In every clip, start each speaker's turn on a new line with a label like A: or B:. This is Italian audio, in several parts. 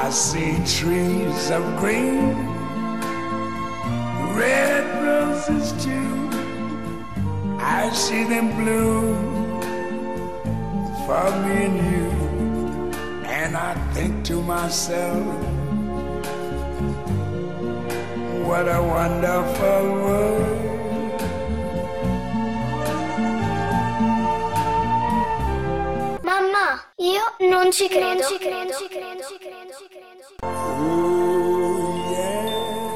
A: I see trees of green, red roses too. I see them bloom for me and you. And I think to myself, what a wonderful world.
B: Mamma, io non ci credo.
A: Ooh, yeah.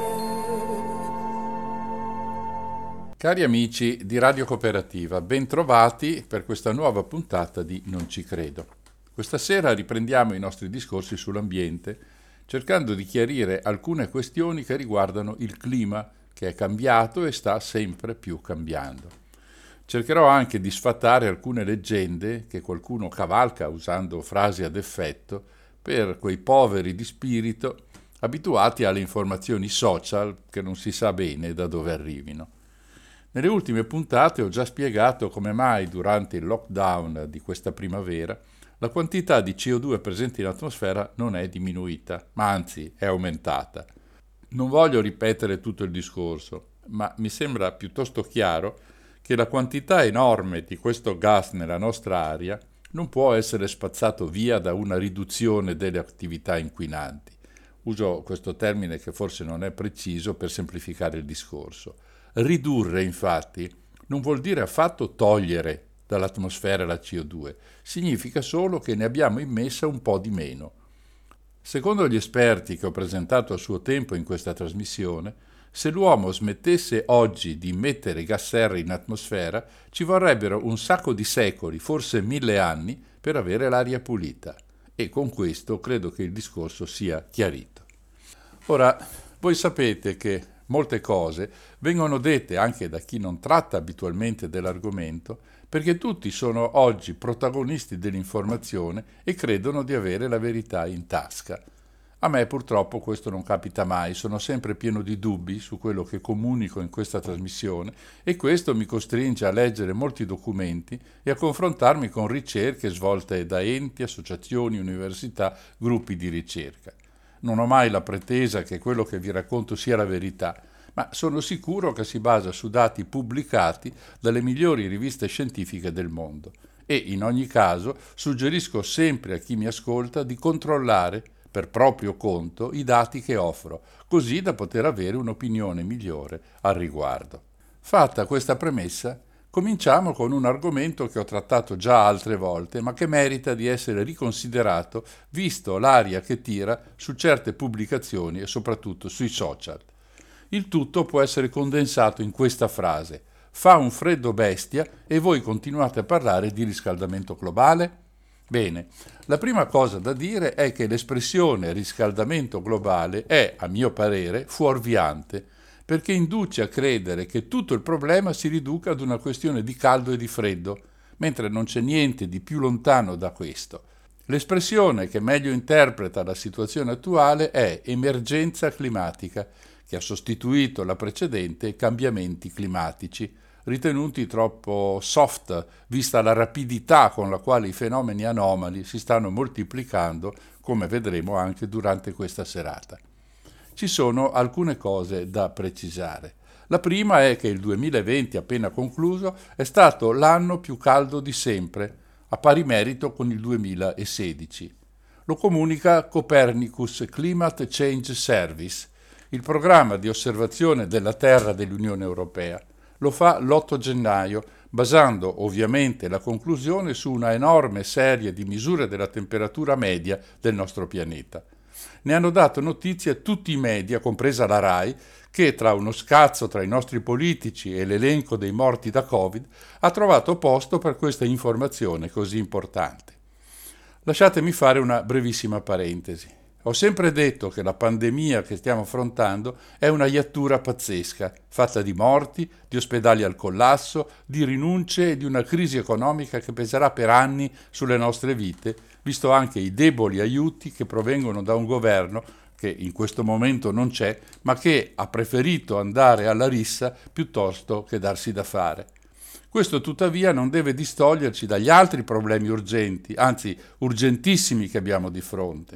C: Cari amici di Radio Cooperativa, ben trovati per questa nuova puntata di Non ci credo. Questa sera riprendiamo i nostri discorsi sull'ambiente, cercando di chiarire alcune questioni che riguardano il clima, che è cambiato e sta sempre più cambiando. Cercherò anche di sfatare alcune leggende che qualcuno cavalca usando frasi ad effetto per quei poveri di spirito abituati alle informazioni social che non si sa bene da dove arrivino. Nelle ultime puntate ho già spiegato come mai durante il lockdown di questa primavera la quantità di CO2 presente in atmosfera non è diminuita, ma anzi è aumentata. Non voglio ripetere tutto il discorso, ma mi sembra piuttosto chiaro che la quantità enorme di questo gas nella nostra aria non può essere spazzato via da una riduzione delle attività inquinanti. Uso questo termine che forse non è preciso per semplificare il discorso. Ridurre, infatti, non vuol dire affatto togliere dall'atmosfera la CO2, significa solo che ne abbiamo immessa un po' di meno. Secondo gli esperti che ho presentato a suo tempo in questa trasmissione, se l'uomo smettesse oggi di immettere gas serra in atmosfera, ci vorrebbero un sacco di secoli, forse 1000 anni, per avere l'aria pulita. E con questo credo che il discorso sia chiarito. Ora, voi sapete che molte cose vengono dette anche da chi non tratta abitualmente dell'argomento, perché tutti sono oggi protagonisti dell'informazione e credono di avere la verità in tasca. A me purtroppo questo non capita mai, sono sempre pieno di dubbi su quello che comunico in questa trasmissione e questo mi costringe a leggere molti documenti e a confrontarmi con ricerche svolte da enti, associazioni, università, gruppi di ricerca. Non ho mai la pretesa che quello che vi racconto sia la verità, ma sono sicuro che si basa su dati pubblicati dalle migliori riviste scientifiche del mondo e in ogni caso suggerisco sempre a chi mi ascolta di controllare per proprio conto i dati che offro, così da poter avere un'opinione migliore al riguardo. Fatta questa premessa, cominciamo con un argomento che ho trattato già altre volte, ma che merita di essere riconsiderato visto l'aria che tira su certe pubblicazioni e soprattutto sui social. Il tutto può essere condensato in questa frase: fa un freddo bestia e voi continuate a parlare di riscaldamento globale? Bene, la prima cosa da dire è che l'espressione riscaldamento globale è, a mio parere, fuorviante, perché induce a credere che tutto il problema si riduca ad una questione di caldo e di freddo, mentre non c'è niente di più lontano da questo. L'espressione che meglio interpreta la situazione attuale è emergenza climatica, che ha sostituito la precedente cambiamenti climatici, ritenuti troppo soft, vista la rapidità con la quale i fenomeni anomali si stanno moltiplicando, come vedremo anche durante questa serata. Ci sono alcune cose da precisare. La prima è che il 2020 appena concluso è stato l'anno più caldo di sempre, a pari merito con il 2016. Lo comunica Copernicus Climate Change Service, il programma di osservazione della Terra dell'Unione Europea. Lo fa l'8 gennaio, basando ovviamente la conclusione su una enorme serie di misure della temperatura media del nostro pianeta. Ne hanno dato notizia tutti i media, compresa la RAI, che tra uno scazzo tra i nostri politici e l'elenco dei morti da Covid ha trovato posto per questa informazione così importante. Lasciatemi fare una brevissima parentesi. Ho sempre detto che la pandemia che stiamo affrontando è una iattura pazzesca, fatta di morti, di ospedali al collasso, di rinunce e di una crisi economica che peserà per anni sulle nostre vite, visto anche i deboli aiuti che provengono da un governo che in questo momento non c'è, ma che ha preferito andare alla rissa piuttosto che darsi da fare. Questo tuttavia non deve distoglierci dagli altri problemi urgenti, anzi urgentissimi che abbiamo di fronte.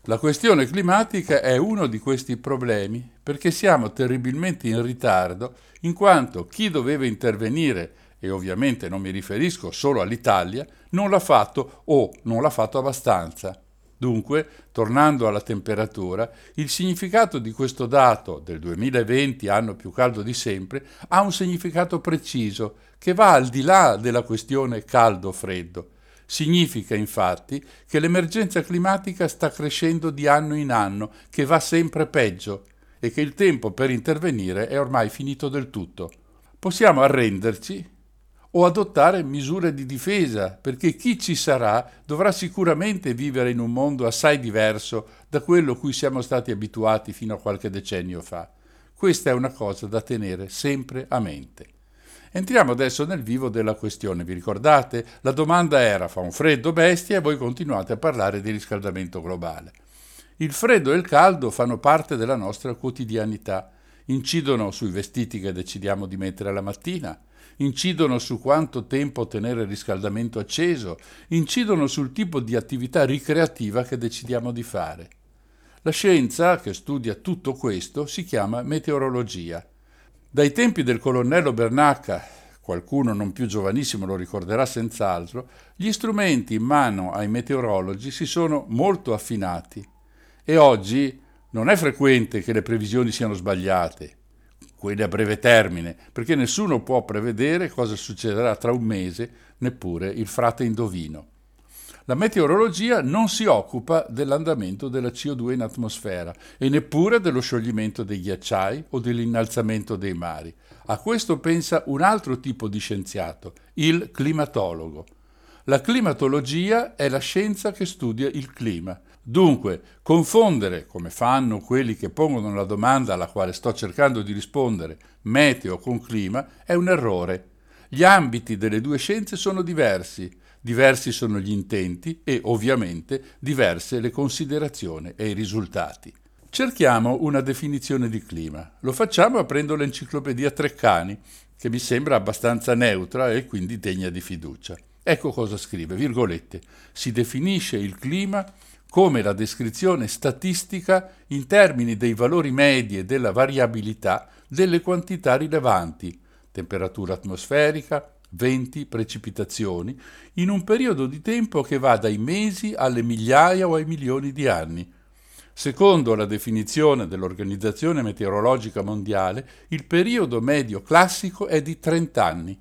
C: La questione climatica è uno di questi problemi perché siamo terribilmente in ritardo in quanto chi doveva intervenire, e ovviamente non mi riferisco solo all'Italia, non l'ha fatto o non l'ha fatto abbastanza. Dunque, tornando alla temperatura, il significato di questo dato del 2020, anno più caldo di sempre, ha un significato preciso che va al di là della questione caldo-freddo. Significa infatti che l'emergenza climatica sta crescendo di anno in anno, che va sempre peggio e che il tempo per intervenire è ormai finito del tutto. Possiamo arrenderci o adottare misure di difesa, perché chi ci sarà dovrà sicuramente vivere in un mondo assai diverso da quello a cui siamo stati abituati fino a qualche decennio fa. Questa è una cosa da tenere sempre a mente. Entriamo adesso nel vivo della questione. Vi ricordate? La domanda era: fa un freddo bestia? E voi continuate a parlare di riscaldamento globale. Il freddo e il caldo fanno parte della nostra quotidianità. Incidono sui vestiti che decidiamo di mettere la mattina, incidono su quanto tempo tenere il riscaldamento acceso, incidono sul tipo di attività ricreativa che decidiamo di fare. La scienza, che studia tutto questo, si chiama meteorologia. Dai tempi del colonnello Bernacca, qualcuno non più giovanissimo lo ricorderà senz'altro, gli strumenti in mano ai meteorologi si sono molto affinati e oggi non è frequente che le previsioni siano sbagliate, quelle a breve termine, perché nessuno può prevedere cosa succederà tra un mese, neppure il frate indovino. La meteorologia non si occupa dell'andamento della CO2 in atmosfera e neppure dello scioglimento dei ghiacciai o dell'innalzamento dei mari. A questo pensa un altro tipo di scienziato, il climatologo. La climatologia è la scienza che studia il clima. Dunque, confondere, come fanno quelli che pongono la domanda alla quale sto cercando di rispondere, meteo con clima, è un errore. Gli ambiti delle due scienze sono diversi. Diversi sono gli intenti e, ovviamente, diverse le considerazioni e i risultati. Cerchiamo una definizione di clima. Lo facciamo aprendo l'enciclopedia Treccani, che mi sembra abbastanza neutra e quindi degna di fiducia. Ecco cosa scrive, virgolette: si definisce il clima come la descrizione statistica in termini dei valori medi e della variabilità delle quantità rilevanti, temperatura atmosferica, venti, precipitazioni, in un periodo di tempo che va dai mesi alle migliaia o ai milioni di anni. Secondo la definizione dell'Organizzazione Meteorologica Mondiale, il periodo medio classico è di 30 anni.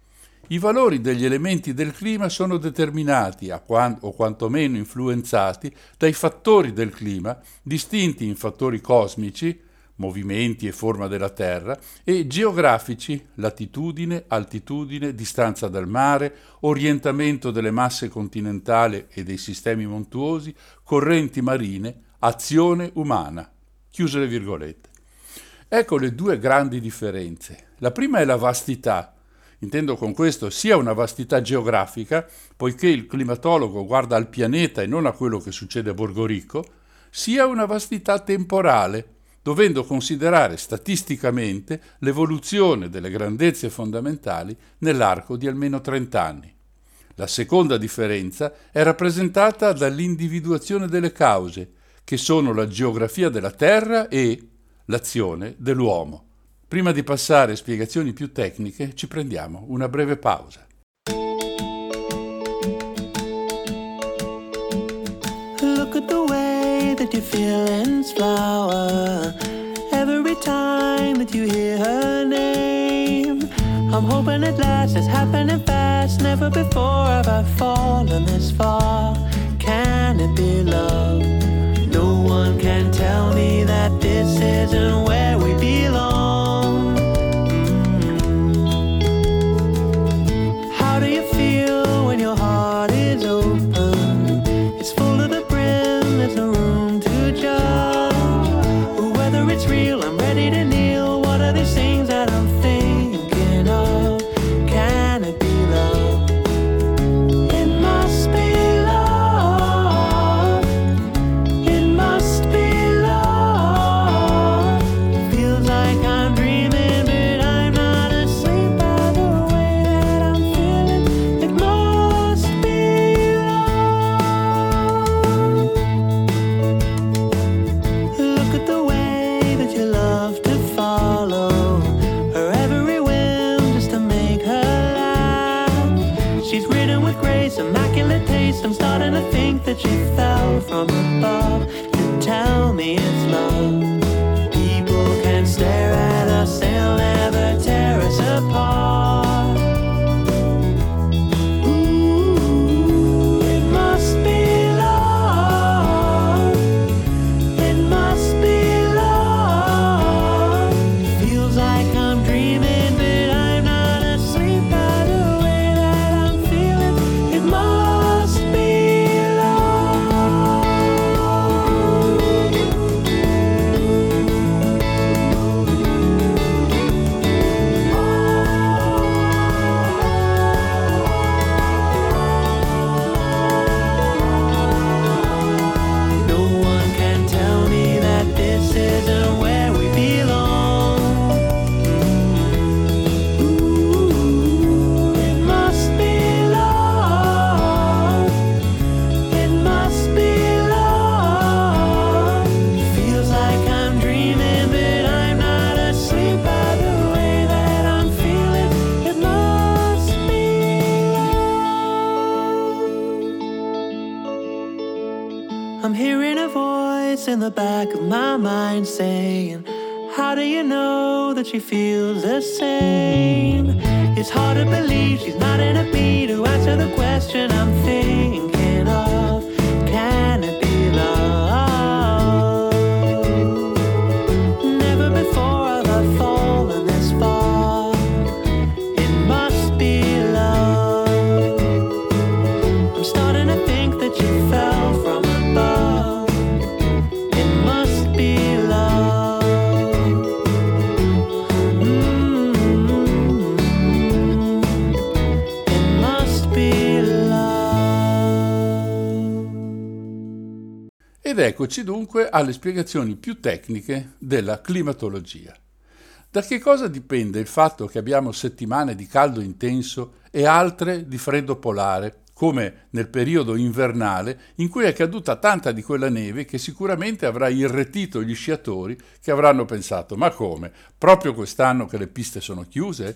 C: I valori degli elementi del clima sono determinati, o quantomeno influenzati, dai fattori del clima, distinti in fattori cosmici, movimenti e forma della Terra, e geografici, latitudine, altitudine, distanza dal mare, orientamento delle masse continentali e dei sistemi montuosi, correnti marine, azione umana. Chiuse le virgolette. Ecco le due grandi differenze. La prima è la vastità. Intendo con questo sia una vastità geografica, poiché il climatologo guarda al pianeta e non a quello che succede a Borgo Rico, sia una vastità temporale, dovendo considerare statisticamente l'evoluzione delle grandezze fondamentali nell'arco di almeno 30 anni. La seconda differenza è rappresentata dall'individuazione delle cause, che sono la geografia della Terra e l'azione dell'uomo. Prima di passare a spiegazioni più tecniche, ci prendiamo una breve pausa.
D: Look at the way that your feelings flower every time that you hear her name. I'm hoping at last it's happening fast. Never before have I fallen this far. Can it be love? No one can tell me that this isn't where we belong. How do you feel when your heart is open? It's full to the brim, there's no room to judge. Whether it's real, I'm ready to kneel. What are these things that I'm thinking of? Can it be love? It must be love. It must be love. Feels like face, immaculate taste. I'm starting to think that she fell from above to tell me it's love. People can stare at us, they'll never tear us apart. Ooh, it must be love. It must be love. Feels like I'm dreaming, but I'm not asleep by the way that I'm feeling. It must be love. No one can tell me that this isn't where we belong. Ooh, it must be love. It must be love. Feels like I'm dreaming, but I'm not asleep by the way that I'm feeling. It must be love. I'm hearing a voice in the back of my mind saying, how do you know that she feels the same? It's hard to believe she's not in a beat to answer the question I'm thinking of. Can it be love? Never before have I fallen this far. It must be love. I'm starting to think that she fell from above. It must be love. It must be love.
C: Ed eccoci dunque alle spiegazioni più tecniche della climatologia. Da che cosa dipende il fatto che abbiamo settimane di caldo intenso e altre di freddo polare, come nel periodo invernale in cui è caduta tanta di quella neve che sicuramente avrà irretito gli sciatori che avranno pensato: ma come? Proprio quest'anno che le piste sono chiuse?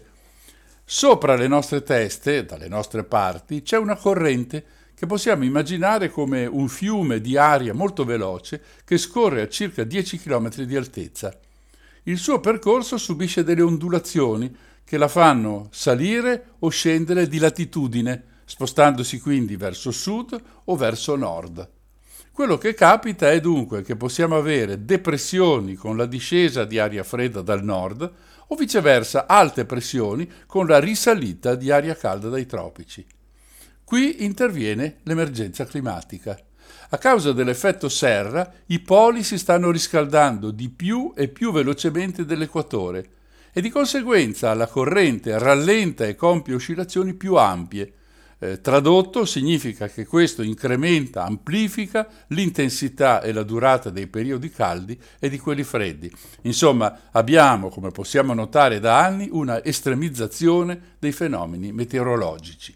C: Sopra le nostre teste, dalle nostre parti, c'è una corrente che possiamo immaginare come un fiume di aria molto veloce che scorre a circa 10 km di altezza. Il suo percorso subisce delle ondulazioni che la fanno salire o scendere di latitudine, spostandosi quindi verso sud o verso nord. Quello che capita è dunque che possiamo avere depressioni con la discesa di aria fredda dal nord o viceversa alte pressioni con la risalita di aria calda dai tropici. Qui interviene l'emergenza climatica. A causa dell'effetto serra, i poli si stanno riscaldando di più e più velocemente dell'equatore e di conseguenza la corrente rallenta e compie oscillazioni più ampie. Tradotto significa che questo incrementa, amplifica l'intensità e la durata dei periodi caldi e di quelli freddi. Insomma, abbiamo, come possiamo notare da anni, una estremizzazione dei fenomeni meteorologici.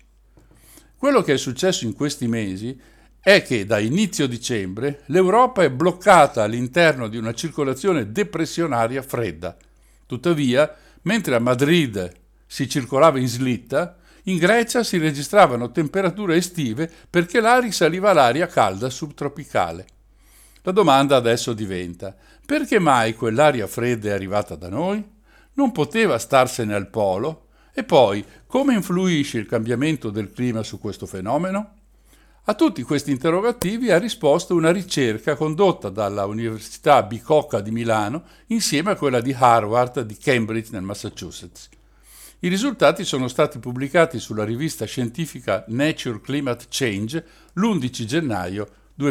C: Quello che è successo in questi mesi è che da inizio dicembre l'Europa è bloccata all'interno di una circolazione depressionaria fredda. Tuttavia, mentre a Madrid si circolava in slitta, in Grecia si registravano temperature estive perché là risaliva l'aria calda subtropicale. La domanda adesso diventa: perché mai quell'aria fredda è arrivata da noi? Non poteva starsene al polo? E poi, come influisce il cambiamento del clima su questo fenomeno? A tutti questi interrogativi ha risposto una ricerca condotta dalla Università Bicocca di Milano insieme a quella di Harvard di Cambridge nel Massachusetts. I risultati sono stati pubblicati sulla rivista scientifica Nature Climate Change l'11 gennaio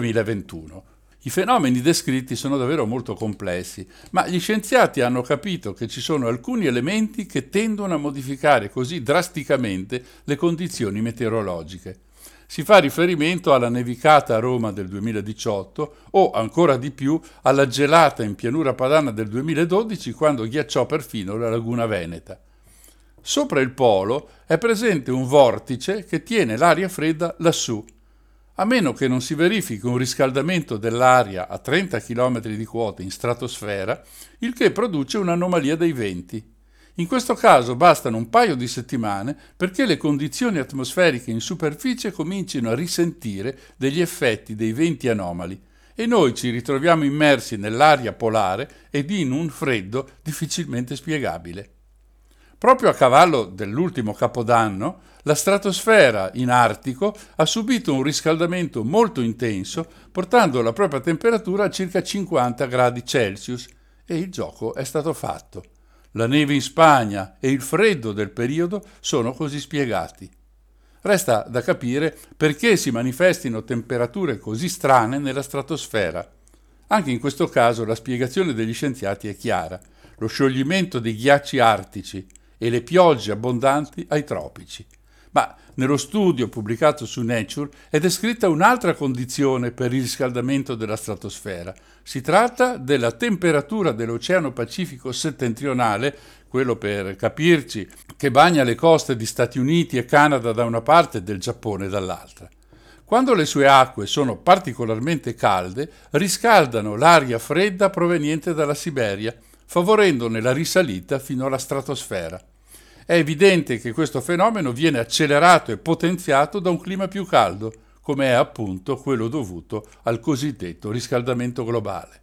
C: 2021. I fenomeni descritti sono davvero molto complessi, ma gli scienziati hanno capito che ci sono alcuni elementi che tendono a modificare così drasticamente le condizioni meteorologiche. Si fa riferimento alla nevicata a Roma del 2018 o, ancora di più, alla gelata in pianura padana del 2012 quando ghiacciò perfino la laguna veneta. Sopra il polo è presente un vortice che tiene l'aria fredda lassù. A meno che non si verifichi un riscaldamento dell'aria a 30 km di quota in stratosfera, il che produce un'anomalia dei venti. In questo caso bastano un paio di settimane perché le condizioni atmosferiche in superficie comincino a risentire degli effetti dei venti anomali e noi ci ritroviamo immersi nell'aria polare ed in un freddo difficilmente spiegabile. Proprio a cavallo dell'ultimo Capodanno, la stratosfera in Artico ha subito un riscaldamento molto intenso, portando la propria temperatura a circa 50 gradi Celsius, e il gioco è stato fatto. La neve in Spagna e il freddo del periodo sono così spiegati. Resta da capire perché si manifestino temperature così strane nella stratosfera. Anche in questo caso la spiegazione degli scienziati è chiara: lo scioglimento dei ghiacci artici e le piogge abbondanti ai tropici. Ma nello studio pubblicato su Nature è descritta un'altra condizione per il riscaldamento della stratosfera. Si tratta della temperatura dell'Oceano Pacifico settentrionale, quello, per capirci, che bagna le coste di Stati Uniti e Canada da una parte e del Giappone dall'altra. Quando le sue acque sono particolarmente calde, riscaldano l'aria fredda proveniente dalla Siberia, favorendone la risalita fino alla stratosfera. È evidente che questo fenomeno viene accelerato e potenziato da un clima più caldo, come è appunto quello dovuto al cosiddetto riscaldamento globale.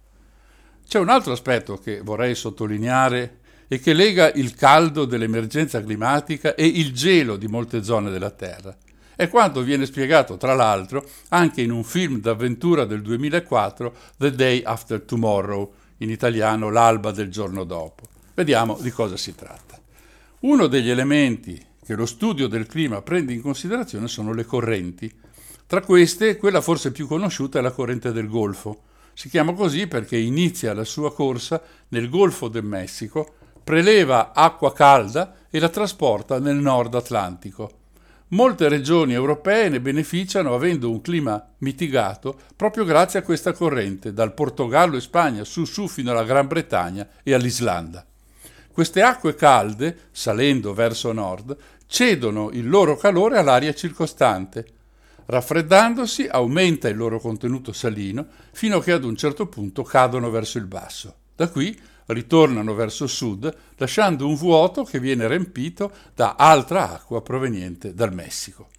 C: C'è un altro aspetto che vorrei sottolineare e che lega il caldo dell'emergenza climatica e il gelo di molte zone della Terra. È quanto viene spiegato, tra l'altro, anche in un film d'avventura del 2004, The Day After Tomorrow, in italiano L'alba del giorno dopo. Vediamo di cosa si tratta. Uno degli elementi che lo studio del clima prende in considerazione sono le correnti. Tra queste, quella forse più conosciuta è la corrente del Golfo. Si chiama così perché inizia la sua corsa nel Golfo del Messico, preleva acqua calda e la trasporta nel nord Atlantico. Molte regioni europee ne beneficiano avendo un clima mitigato proprio grazie a questa corrente, dal Portogallo e Spagna su fino alla Gran Bretagna e all'Islanda. Queste acque calde, salendo verso nord, cedono il loro calore all'aria circostante. Raffreddandosi, aumenta il loro contenuto salino fino a che ad un certo punto cadono verso il basso. Da qui ritornano verso sud, lasciando un vuoto che viene riempito da altra acqua proveniente dal Messico.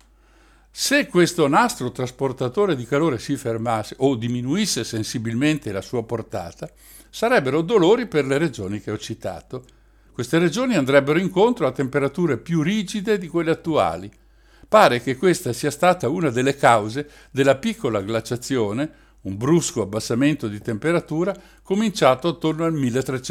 C: Se questo nastro trasportatore di calore si fermasse o diminuisse sensibilmente la sua portata, sarebbero dolori per le regioni che ho citato. Queste regioni andrebbero incontro a temperature più rigide di quelle attuali. Pare che questa sia stata una delle cause della piccola glaciazione, un brusco abbassamento di temperatura cominciato attorno al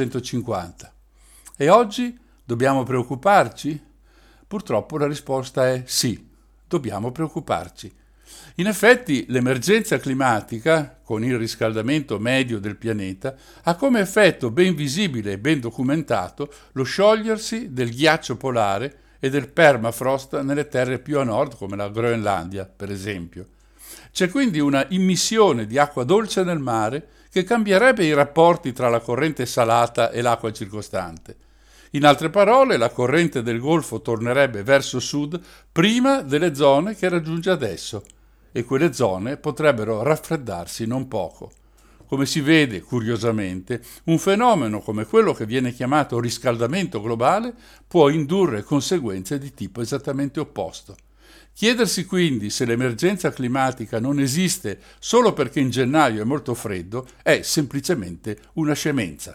C: 1350. E oggi dobbiamo preoccuparci? Purtroppo la risposta è sì, dobbiamo preoccuparci. In effetti l'emergenza climatica, con il riscaldamento medio del pianeta, ha come effetto ben visibile e ben documentato lo sciogliersi del ghiaccio polare e del permafrost nelle terre più a nord, come la Groenlandia, per esempio. C'è quindi una immissione di acqua dolce nel mare che cambierebbe i rapporti tra la corrente salata e l'acqua circostante. In altre parole, la corrente del Golfo tornerebbe verso sud prima delle zone che raggiunge adesso, e quelle zone potrebbero raffreddarsi non poco. Come si vede, curiosamente, un fenomeno come quello che viene chiamato riscaldamento globale può indurre conseguenze di tipo esattamente opposto. Chiedersi quindi se l'emergenza climatica non esiste solo perché in gennaio è molto freddo è semplicemente una scemenza.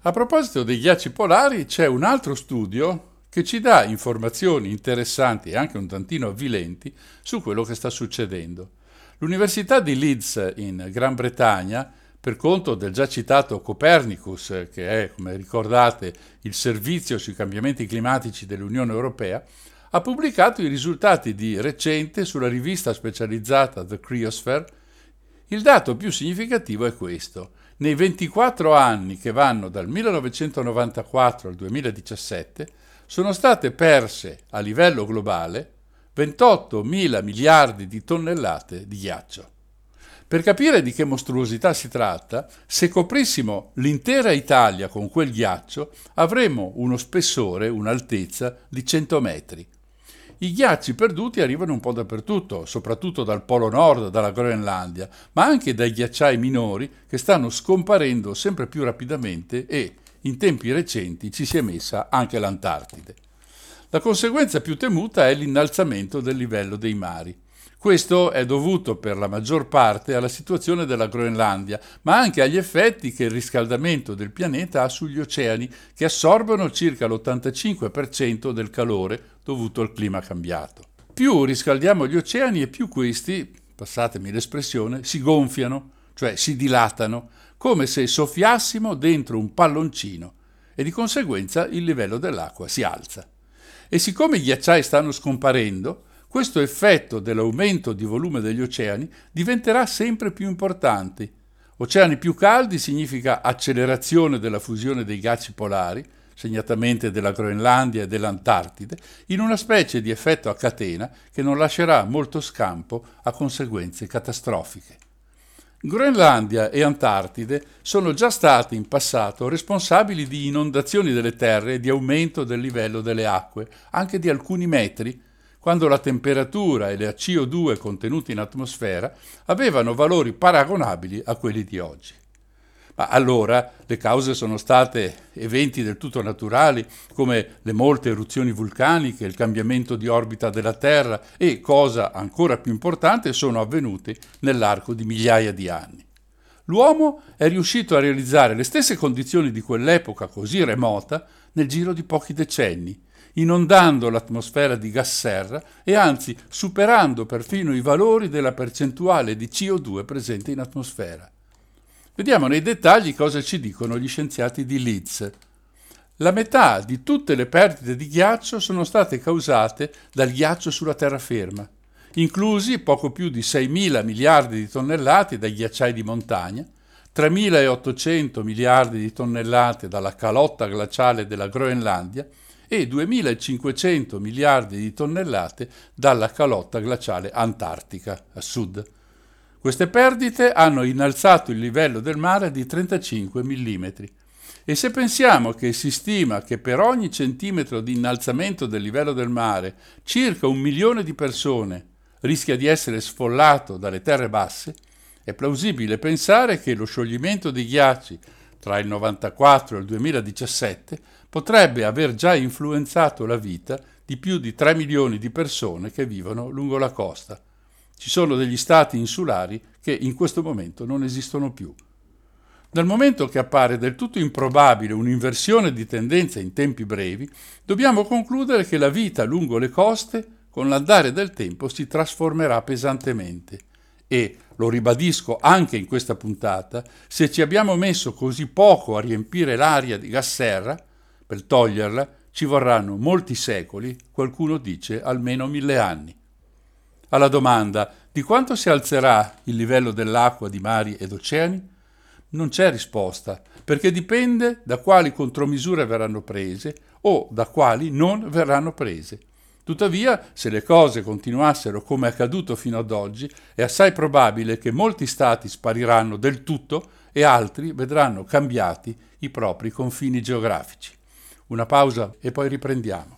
C: A proposito dei ghiacci polari, c'è un altro studio che ci dà informazioni interessanti e anche un tantino avvilenti su quello che sta succedendo. L'Università di Leeds in Gran Bretagna, per conto del già citato Copernicus, che è, come ricordate, il servizio sui cambiamenti climatici dell'Unione Europea, ha pubblicato i risultati di recente sulla rivista specializzata The Cryosphere. Il dato più significativo è questo. Nei 24 anni che vanno dal 1994 al 2017 sono state perse a livello globale 28.000 miliardi di tonnellate di ghiaccio. Per capire di che mostruosità si tratta, se coprissimo l'intera Italia con quel ghiaccio, avremmo uno spessore, un'altezza di 100 metri. I ghiacci perduti arrivano un po' dappertutto, soprattutto dal Polo Nord, dalla Groenlandia, ma anche dai ghiacciai minori che stanno scomparendo sempre più rapidamente e, in tempi recenti, ci si è messa anche l'Antartide. La conseguenza più temuta è l'innalzamento del livello dei mari. Questo è dovuto per la maggior parte alla situazione della Groenlandia, ma anche agli effetti che il riscaldamento del pianeta ha sugli oceani, che assorbono circa l'85% del calore dovuto al clima cambiato. Più riscaldiamo gli oceani e più questi, passatemi l'espressione, si gonfiano, cioè si dilatano, come se soffiassimo dentro un palloncino e di conseguenza il livello dell'acqua si alza. E siccome i ghiacciai stanno scomparendo, questo effetto dell'aumento di volume degli oceani diventerà sempre più importante. Oceani più caldi significa accelerazione della fusione dei ghiacci polari, segnatamente della Groenlandia e dell'Antartide, in una specie di effetto a catena che non lascerà molto scampo a conseguenze catastrofiche. Groenlandia e Antartide sono già stati in passato responsabili di inondazioni delle terre e di aumento del livello delle acque, anche di alcuni metri, quando la temperatura e la CO2 contenuti in atmosfera avevano valori paragonabili a quelli di oggi. Ma allora le cause sono state eventi del tutto naturali, come le molte eruzioni vulcaniche, il cambiamento di orbita della Terra e, cosa ancora più importante, sono avvenute nell'arco di migliaia di anni. L'uomo è riuscito a realizzare le stesse condizioni di quell'epoca così remota nel giro di pochi decenni, inondando l'atmosfera di gas serra e anzi superando perfino i valori della percentuale di CO2 presente in atmosfera. Vediamo nei dettagli cosa ci dicono gli scienziati di Leeds. La metà di tutte le perdite di ghiaccio sono state causate dal ghiaccio sulla terraferma, inclusi poco più di 6.000 miliardi di tonnellate dai ghiacciai di montagna, 3.800 miliardi di tonnellate dalla calotta glaciale della Groenlandia e 2.500 miliardi di tonnellate dalla calotta glaciale antartica a sud. Queste perdite hanno innalzato il livello del mare di 35 mm. E se pensiamo che si stima che per ogni centimetro di innalzamento del livello del mare circa 1 milione di persone rischia di essere sfollato dalle terre basse, è plausibile pensare che lo scioglimento dei ghiacci tra il 1994 e il 2017 potrebbe aver già influenzato la vita di più di 3 milioni di persone che vivono lungo la costa. Ci sono degli stati insulari che in questo momento non esistono più. Dal momento che appare del tutto improbabile un'inversione di tendenza in tempi brevi, dobbiamo concludere che la vita lungo le coste, con l'andare del tempo, si trasformerà pesantemente. E, lo ribadisco anche in questa puntata, se ci abbiamo messo così poco a riempire l'aria di gas serra, per toglierla ci vorranno molti secoli, qualcuno dice almeno 1000 anni. Alla domanda di quanto si alzerà il livello dell'acqua di mari ed oceani, non c'è risposta, perché dipende da quali contromisure verranno prese o da quali non verranno prese. Tuttavia, se le cose continuassero come è accaduto fino ad oggi, è assai probabile che molti stati spariranno del tutto e altri vedranno cambiati i propri confini geografici. Una pausa e poi riprendiamo.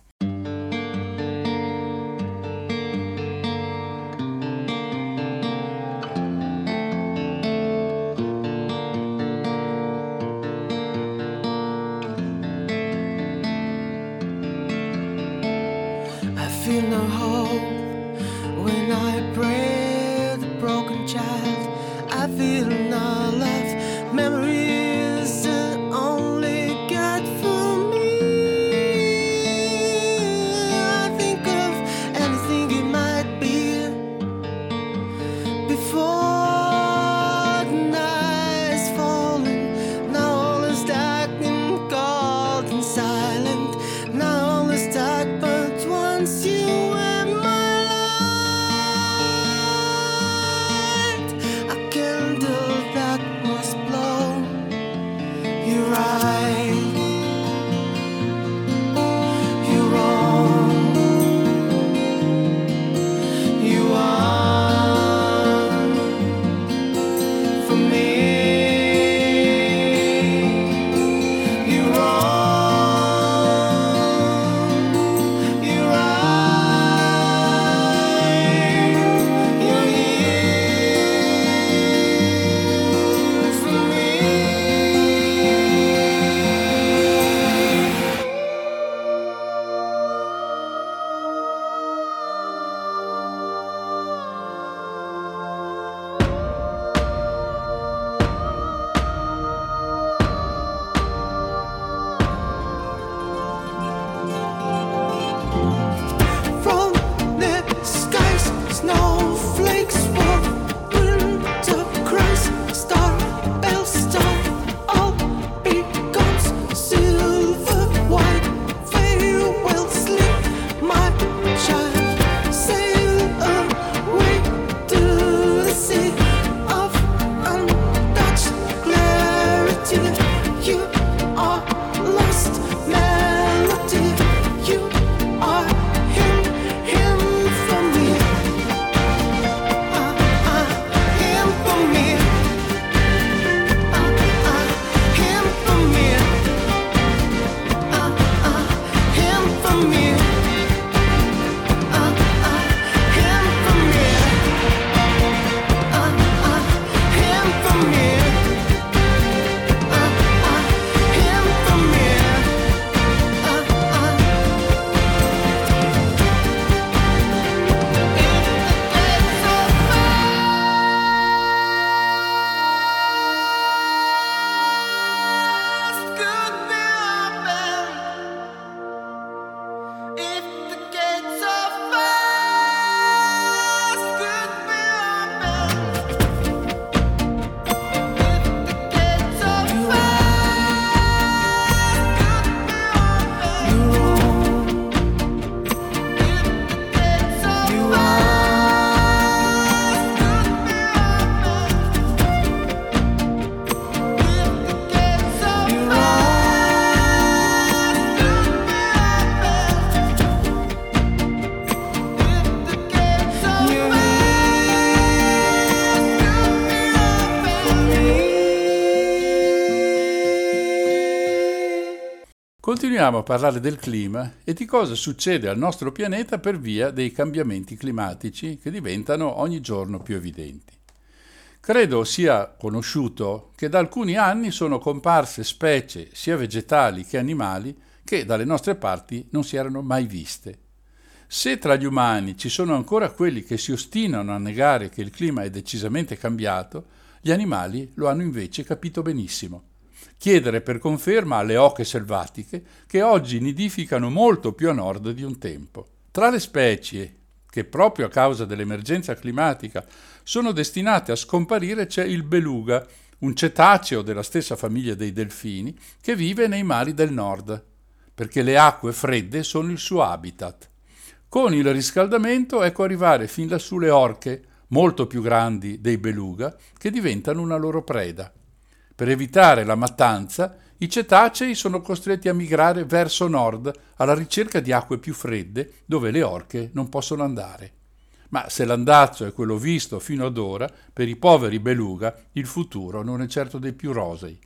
D: Feel no hope when I pray the broken child. I feel no love. Memory is the only before. The night is falling, now all is dark and cold and silent. Now all is dark, but once you were my light, a candle that was blown. You're right, you're wrong, you are for me. You're wrong, you're right, you're here for me. From the skies, snowflakes fall. Winter cries, star bells start. All becomes silver white. Farewell, sleep, my child. Sail away to the sea of untouched clarity. You are lost melody. You are him for me. Him for me. Him for me. Him for me. Him for me. Him for me. Him for me. If the gates of fast could be open, if the gates of fast could be open, if the gates of fast could be
C: Continuiamo a parlare del clima e di cosa succede al nostro pianeta per via dei cambiamenti climatici che diventano ogni giorno più evidenti. Credo sia conosciuto che da alcuni anni sono comparse specie sia vegetali che animali che dalle nostre parti non si erano mai viste. Se tra gli umani ci sono ancora quelli che si ostinano a negare che il clima è decisamente cambiato, gli animali lo hanno invece capito benissimo. Chiedere per conferma alle oche selvatiche che oggi nidificano molto più a nord di un tempo. Tra le specie che proprio a causa dell'emergenza climatica sono destinate a scomparire c'è il beluga, un cetaceo della stessa famiglia dei delfini che vive nei mari del nord, perché le acque fredde sono il suo habitat. Con il riscaldamento ecco arrivare fin lassù le orche, molto più grandi dei beluga, che diventano una loro preda. Per evitare la mattanza, i cetacei sono costretti a migrare verso nord alla ricerca di acque più fredde dove le orche non possono andare. Ma se l'andazzo è quello visto fino ad ora, per i poveri beluga il futuro non è certo dei più rosei.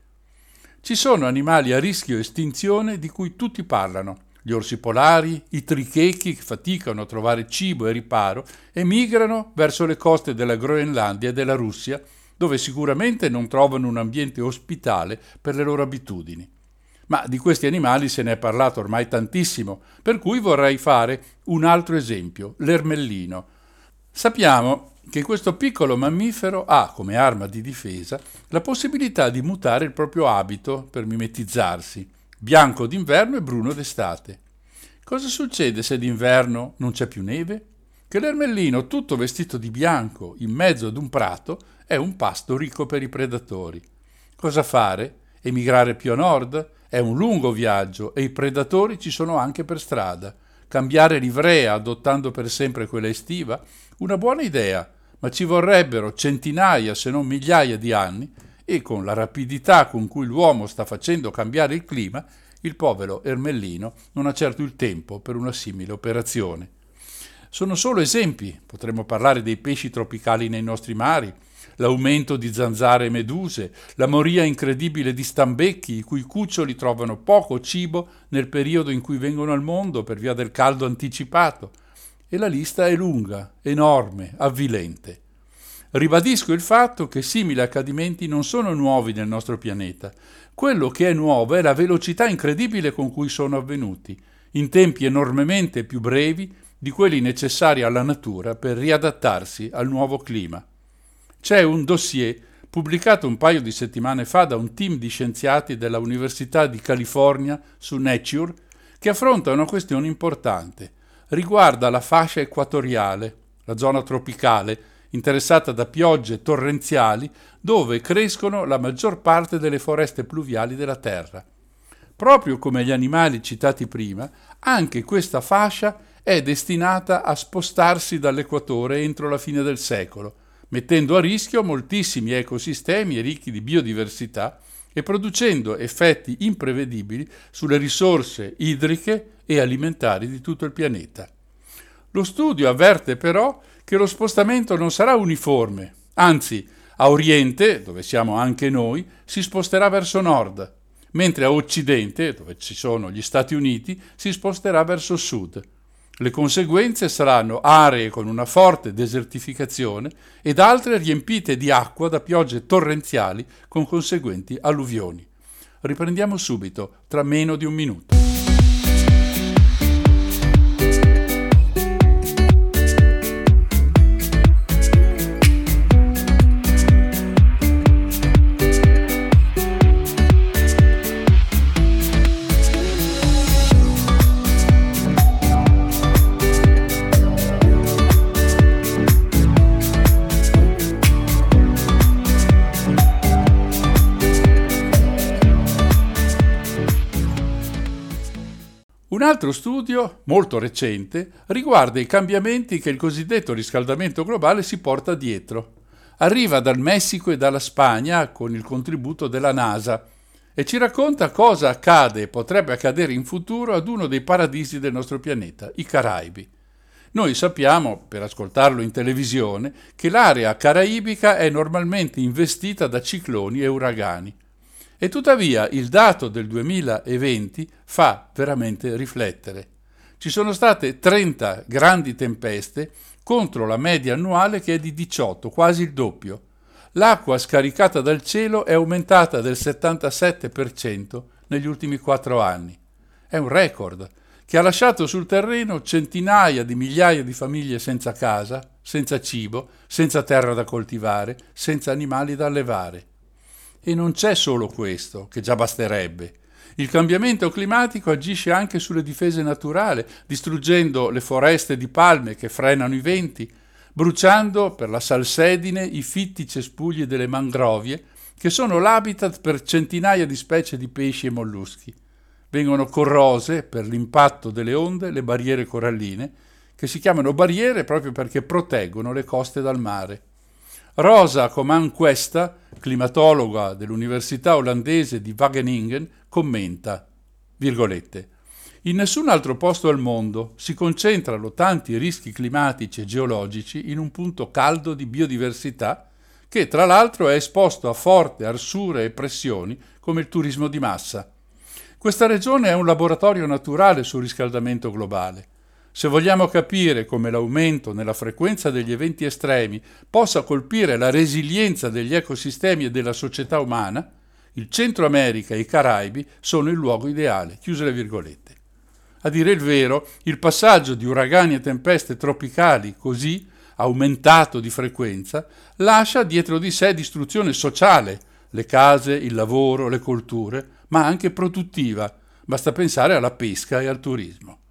C: Ci sono animali a rischio estinzione di cui tutti parlano: gli orsi polari, i trichechi che faticano a trovare cibo e riparo e migrano verso le coste della Groenlandia e della Russia, dove sicuramente non trovano un ambiente ospitale per le loro abitudini. Ma di questi animali se ne è parlato ormai tantissimo, per cui vorrei fare un altro esempio, l'ermellino. Sappiamo che questo piccolo mammifero ha, come arma di difesa, la possibilità di mutare il proprio abito per mimetizzarsi, bianco d'inverno e bruno d'estate. Cosa succede se d'inverno non c'è più neve? che l'ermellino, tutto vestito di bianco in mezzo ad un prato, è un pasto ricco per i predatori. Cosa fare? Emigrare più a nord? È un lungo viaggio e i predatori ci sono anche per strada. Cambiare livrea adottando per sempre quella estiva? Una buona idea, ma ci vorrebbero centinaia se non migliaia di anni e con la rapidità con cui l'uomo sta facendo cambiare il clima, il povero ermellino non ha certo il tempo per una simile operazione. Sono solo esempi, potremmo parlare dei pesci tropicali nei nostri mari, l'aumento di zanzare e meduse, la moria incredibile di stambecchi i cui cuccioli trovano poco cibo nel periodo in cui vengono al mondo per via del caldo anticipato. E la lista è lunga, enorme, avvilente. Ribadisco il fatto che simili accadimenti non sono nuovi nel nostro pianeta. Quello che è nuovo è la velocità incredibile con cui sono avvenuti, in tempi enormemente più brevi di quelli necessari alla natura per riadattarsi al nuovo clima. C'è un dossier pubblicato un paio di settimane fa da un team di scienziati della Università di California su Nature che affronta una questione importante. Riguarda la fascia equatoriale, la zona tropicale, interessata da piogge torrenziali dove crescono la maggior parte delle foreste pluviali della Terra. Proprio come gli animali citati prima, anche questa fascia è destinata a spostarsi dall'equatore entro la fine del secolo, mettendo a rischio moltissimi ecosistemi ricchi di biodiversità e producendo effetti imprevedibili sulle risorse idriche e alimentari di tutto il pianeta. Lo studio avverte però che lo spostamento non sarà uniforme, anzi, a oriente, dove siamo anche noi, si sposterà verso nord, mentre a occidente, dove ci sono gli Stati Uniti, si sposterà verso sud. Le conseguenze saranno aree con una forte desertificazione ed altre riempite di acqua da piogge torrenziali con conseguenti alluvioni. Riprendiamo subito, tra meno di un minuto. Un altro studio, molto recente, riguarda i cambiamenti che il cosiddetto riscaldamento globale si porta dietro. Arriva dal Messico e dalla Spagna con il contributo della NASA e ci racconta cosa accade e potrebbe accadere in futuro ad uno dei paradisi del nostro pianeta, i Caraibi. Noi sappiamo, per ascoltarlo in televisione, che l'area caraibica è normalmente investita da cicloni e uragani. E tuttavia il dato del 2020 fa veramente riflettere. Ci sono state 30 grandi tempeste contro la media annuale che è di 18, quasi il doppio. L'acqua scaricata dal cielo è aumentata del 77% negli ultimi 4 anni. È un record che ha lasciato sul terreno centinaia di migliaia di famiglie senza casa, senza cibo, senza terra da coltivare, senza animali da allevare. E non c'è solo questo, che già basterebbe. Il cambiamento climatico agisce anche sulle difese naturali, distruggendo le foreste di palme che frenano i venti, bruciando per la salsedine i fitti cespugli delle mangrovie, che sono l'habitat per centinaia di specie di pesci e molluschi. Vengono corrose, per l'impatto delle onde, le barriere coralline, che si chiamano barriere proprio perché proteggono le coste dal mare. Rosa Coman Cuesta, climatologa dell'Università olandese di Wageningen, commenta, virgolette, in nessun altro posto al mondo si concentrano tanti rischi climatici e geologici in un punto caldo di biodiversità che tra l'altro è esposto a forti arsure e pressioni come il turismo di massa. Questa regione è un laboratorio naturale sul riscaldamento globale. Se vogliamo capire come l'aumento nella frequenza degli eventi estremi possa colpire la resilienza degli ecosistemi e della società umana, il Centro America e i Caraibi sono il luogo ideale. Chiuse le virgolette. A dire il vero, il passaggio di uragani e tempeste tropicali così, aumentato di frequenza, lascia dietro di sé distruzione sociale, le case, il lavoro, le colture, ma anche produttiva. Basta pensare alla pesca e al turismo.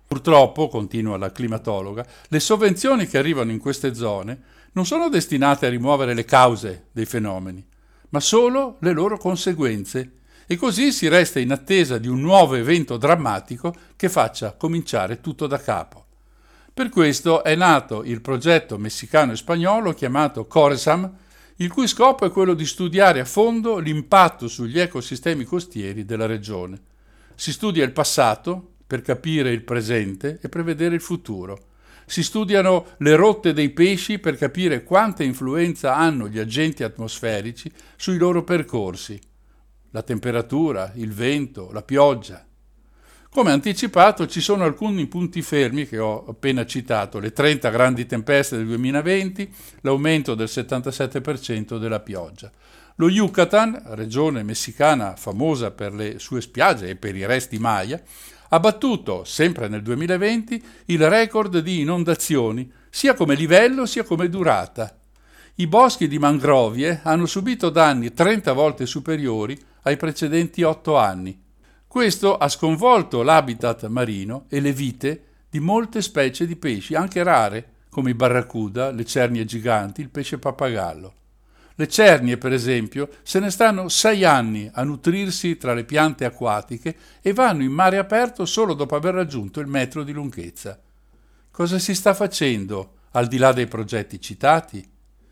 C: Purtroppo, continua la climatologa, le sovvenzioni che arrivano in queste zone non sono destinate a rimuovere le cause dei fenomeni, ma solo le loro conseguenze, e così si resta in attesa di un nuovo evento drammatico che faccia cominciare tutto da capo. Per questo è nato il progetto messicano e spagnolo chiamato CORESAM, il cui scopo è quello di studiare a fondo l'impatto sugli ecosistemi costieri della regione. Si studia il passato per capire il presente e prevedere il futuro. Si studiano le rotte dei pesci per capire quanta influenza hanno gli agenti atmosferici sui loro percorsi, la temperatura, il vento, la pioggia. Come anticipato, ci sono alcuni punti fermi che ho appena citato: le 30 grandi tempeste del 2020, l'aumento del 77% della pioggia. Lo Yucatan, regione messicana famosa per le sue spiagge e per i resti Maya, ha battuto, sempre nel 2020, il record di inondazioni, sia come livello sia come durata. I boschi di mangrovie hanno subito danni 30 volte superiori ai precedenti 8 anni. Questo ha sconvolto l'habitat marino e le vite di molte specie di pesci, anche rare, come i barracuda, le cernie giganti, il pesce pappagallo. Le cernie, per esempio, se ne stanno 6 anni a nutrirsi tra le piante acquatiche e vanno in mare aperto solo dopo aver raggiunto il metro di lunghezza. Cosa si sta facendo, al di là dei progetti citati?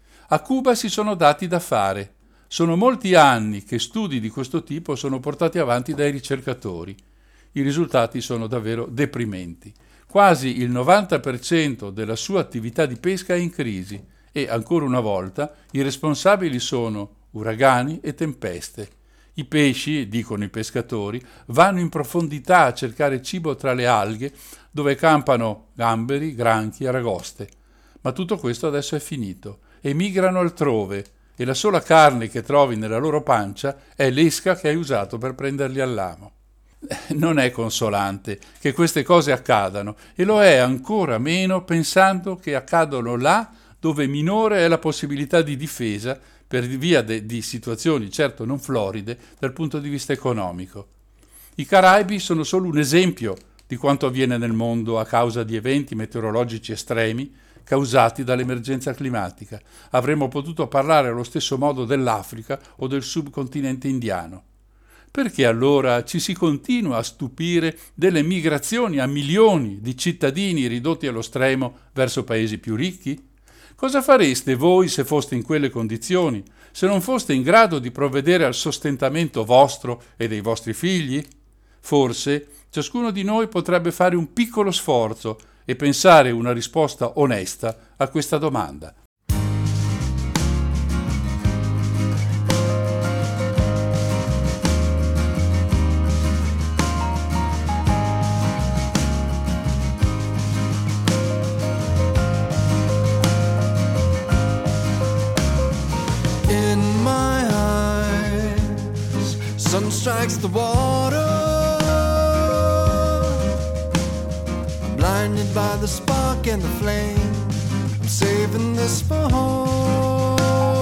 C: A Cuba si sono dati da fare. Sono molti anni che studi di questo tipo sono portati avanti dai ricercatori. I risultati sono davvero deprimenti. Quasi il 90% della sua attività di pesca è in crisi e, ancora una volta, i responsabili sono uragani e tempeste. I pesci, dicono i pescatori, vanno in profondità a cercare cibo tra le alghe dove campano gamberi, granchi e aragoste. Ma tutto questo adesso è finito e migrano altrove, e la sola carne che trovi nella loro pancia è l'esca che hai usato per prenderli all'amo. Non è consolante che queste cose accadano, e lo è ancora meno pensando che accadono là dove minore è la possibilità di difesa per via di situazioni certo non floride dal punto di vista economico. I Caraibi sono solo un esempio di quanto avviene nel mondo a causa di eventi meteorologici estremi causati dall'emergenza climatica. Avremmo potuto parlare allo stesso modo dell'Africa o del subcontinente indiano. Perché allora ci si continua a stupire delle migrazioni a milioni di cittadini ridotti allo stremo verso paesi più ricchi? Cosa fareste voi se foste in quelle condizioni, se non foste in grado di provvedere al sostentamento vostro e dei vostri figli? Forse ciascuno di noi potrebbe fare un piccolo sforzo e pensare una risposta onesta a questa domanda.
E: In my eyes, sun strikes the water. Blinded by the spark and the flame, I'm saving this for home.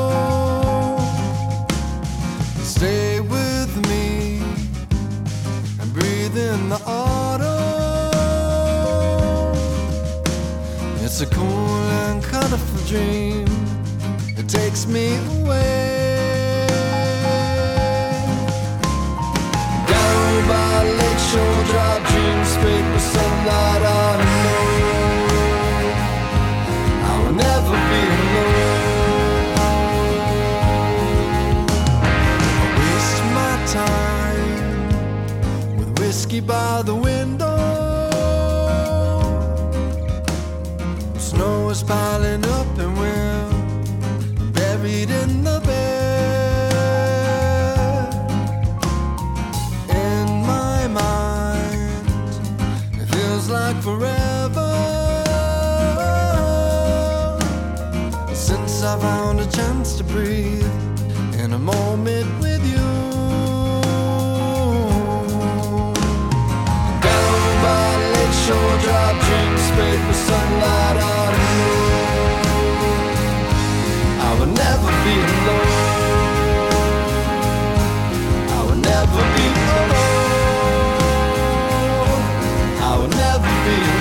E: Stay with me and breathe in the autumn. It's a cool and colorful dream that takes me away. Down by Lakeshore Drive, dreams fade with sunlight. I know I will never be alone. I waste my time with whiskey by the window. Snow is piling up and we're buried in the bed. In my mind, it feels like forever since I found a chance to breathe in a moment with you. Down by Lakeshore Drive, dreams fade with sunlight. I will never be alone. I will never be alone. I will never be alone.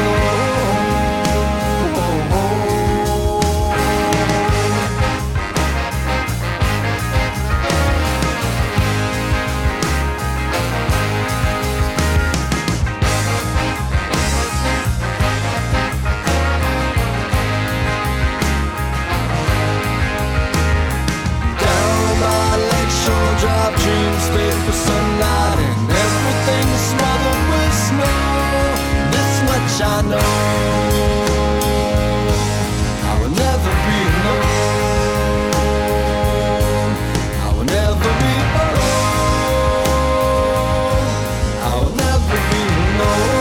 E: paper, sunlight, and everything smothered with snow. This much I know, I will never be alone. I will never be alone. I will never be alone.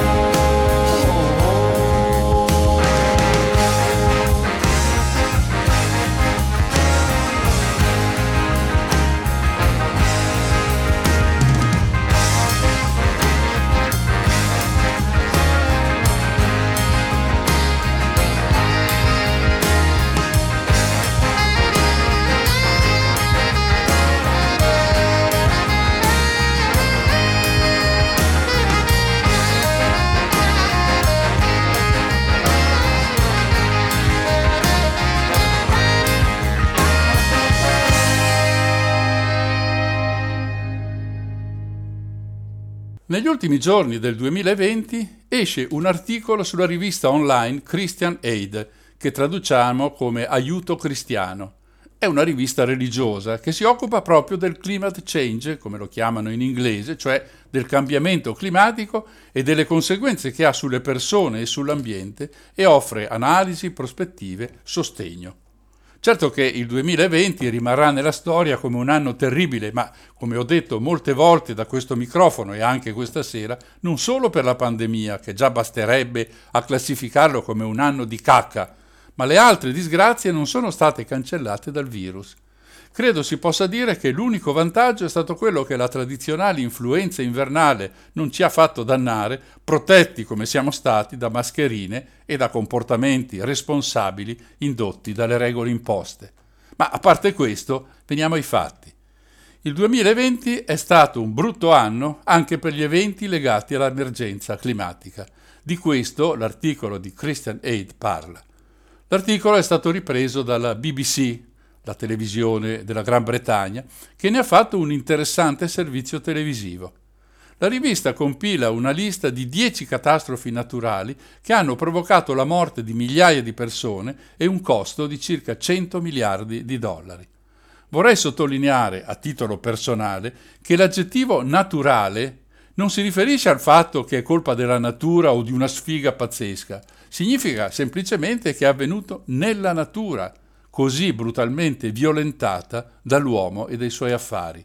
C: Negli ultimi giorni del 2020 esce un articolo sulla rivista online Christian Aid, che traduciamo come Aiuto Cristiano. È una rivista religiosa che si occupa proprio del climate change, come lo chiamano in inglese, cioè del cambiamento climatico e delle conseguenze che ha sulle persone e sull'ambiente, e offre analisi, prospettive, sostegno. Certo che il 2020 rimarrà nella storia come un anno terribile, ma come ho detto molte volte da questo microfono e anche questa sera, non solo per la pandemia, che già basterebbe a classificarlo come un anno di cacca, ma le altre disgrazie non sono state cancellate dal virus. Credo si possa dire che l'unico vantaggio è stato quello che la tradizionale influenza invernale non ci ha fatto dannare, protetti come siamo stati da mascherine e da comportamenti responsabili indotti dalle regole imposte. Ma a parte questo, veniamo ai fatti. Il 2020 è stato un brutto anno anche per gli eventi legati all'emergenza climatica. Di questo l'articolo di Christian Aid parla. L'articolo è stato ripreso dalla BBC, la televisione della Gran Bretagna, che ne ha fatto un interessante servizio televisivo. La rivista compila una lista di 10 catastrofi naturali che hanno provocato la morte di migliaia di persone e un costo di circa 100 miliardi di dollari. Vorrei sottolineare, a titolo personale, che l'aggettivo naturale non si riferisce al fatto che è colpa della natura o di una sfiga pazzesca, significa semplicemente che è avvenuto nella natura, così brutalmente violentata dall'uomo e dai suoi affari.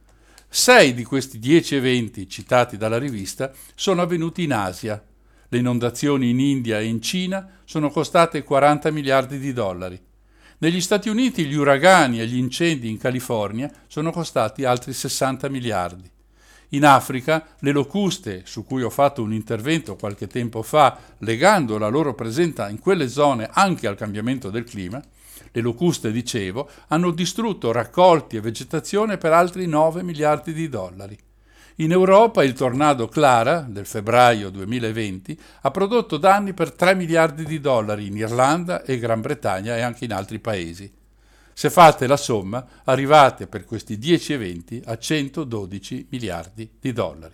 C: 6 di questi 10 eventi citati dalla rivista sono avvenuti in Asia. Le inondazioni in India e in Cina sono costate 40 miliardi di dollari. Negli Stati Uniti gli uragani e gli incendi in California sono costati altri 60 miliardi. In Africa le locuste, su cui ho fatto un intervento qualche tempo fa, legando la loro presenza in quelle zone anche al cambiamento del clima, le locuste, dicevo, hanno distrutto raccolti e vegetazione per altri 9 miliardi di dollari. In Europa il tornado Clara, del febbraio 2020, ha prodotto danni per 3 miliardi di dollari in Irlanda e Gran Bretagna e anche in altri paesi. Se fate la somma, arrivate per questi 10 eventi a 112 miliardi di dollari.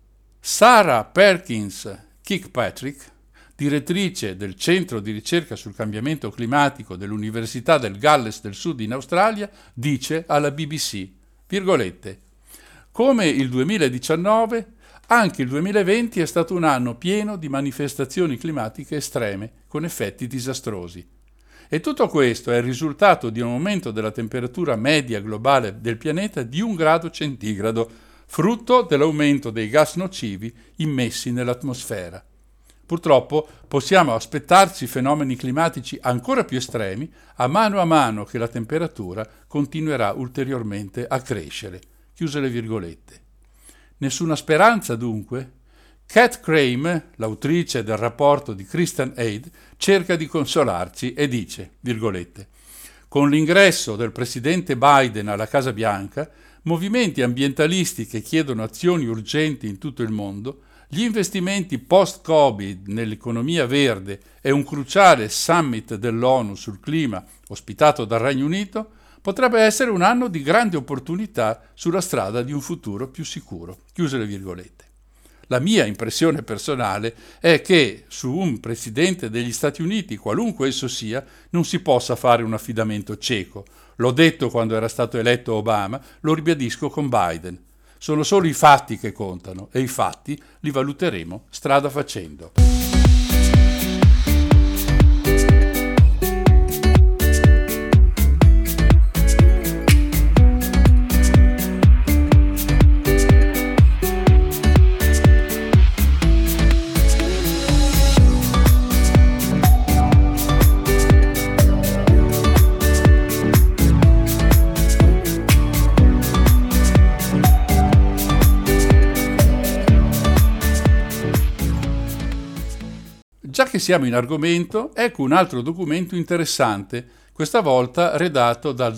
C: Sarah Perkins Kirkpatrick, direttrice del Centro di ricerca sul cambiamento climatico dell'Università del Galles del Sud in Australia, dice alla BBC, virgolette, come il 2019, anche il 2020 è stato un anno pieno di manifestazioni climatiche estreme con effetti disastrosi. E tutto questo è il risultato di un aumento della temperatura media globale del pianeta di 1 grado centigrado, frutto dell'aumento dei gas nocivi immessi nell'atmosfera. Purtroppo possiamo aspettarci fenomeni climatici ancora più estremi a mano che la temperatura continuerà ulteriormente a crescere. Chiuse le virgolette. Nessuna speranza dunque? Kat Crame, l'autrice del rapporto di Christian Aid, cerca di consolarci e dice, virgolette, con l'ingresso del presidente Biden alla Casa Bianca, movimenti ambientalisti che chiedono azioni urgenti in tutto il mondo, gli investimenti post-Covid nell'economia verde e un cruciale summit dell'ONU sul clima ospitato dal Regno Unito potrebbe essere un anno di grande opportunità sulla strada di un futuro più sicuro. Chiuse le virgolette. La mia impressione personale è che su un presidente degli Stati Uniti, qualunque esso sia, non si possa fare un affidamento cieco. L'ho detto quando era stato eletto Obama, lo ribadisco con Biden. Sono solo i fatti che contano e i fatti li valuteremo strada facendo. Già che siamo in argomento, ecco un altro documento interessante, questa volta redatto dal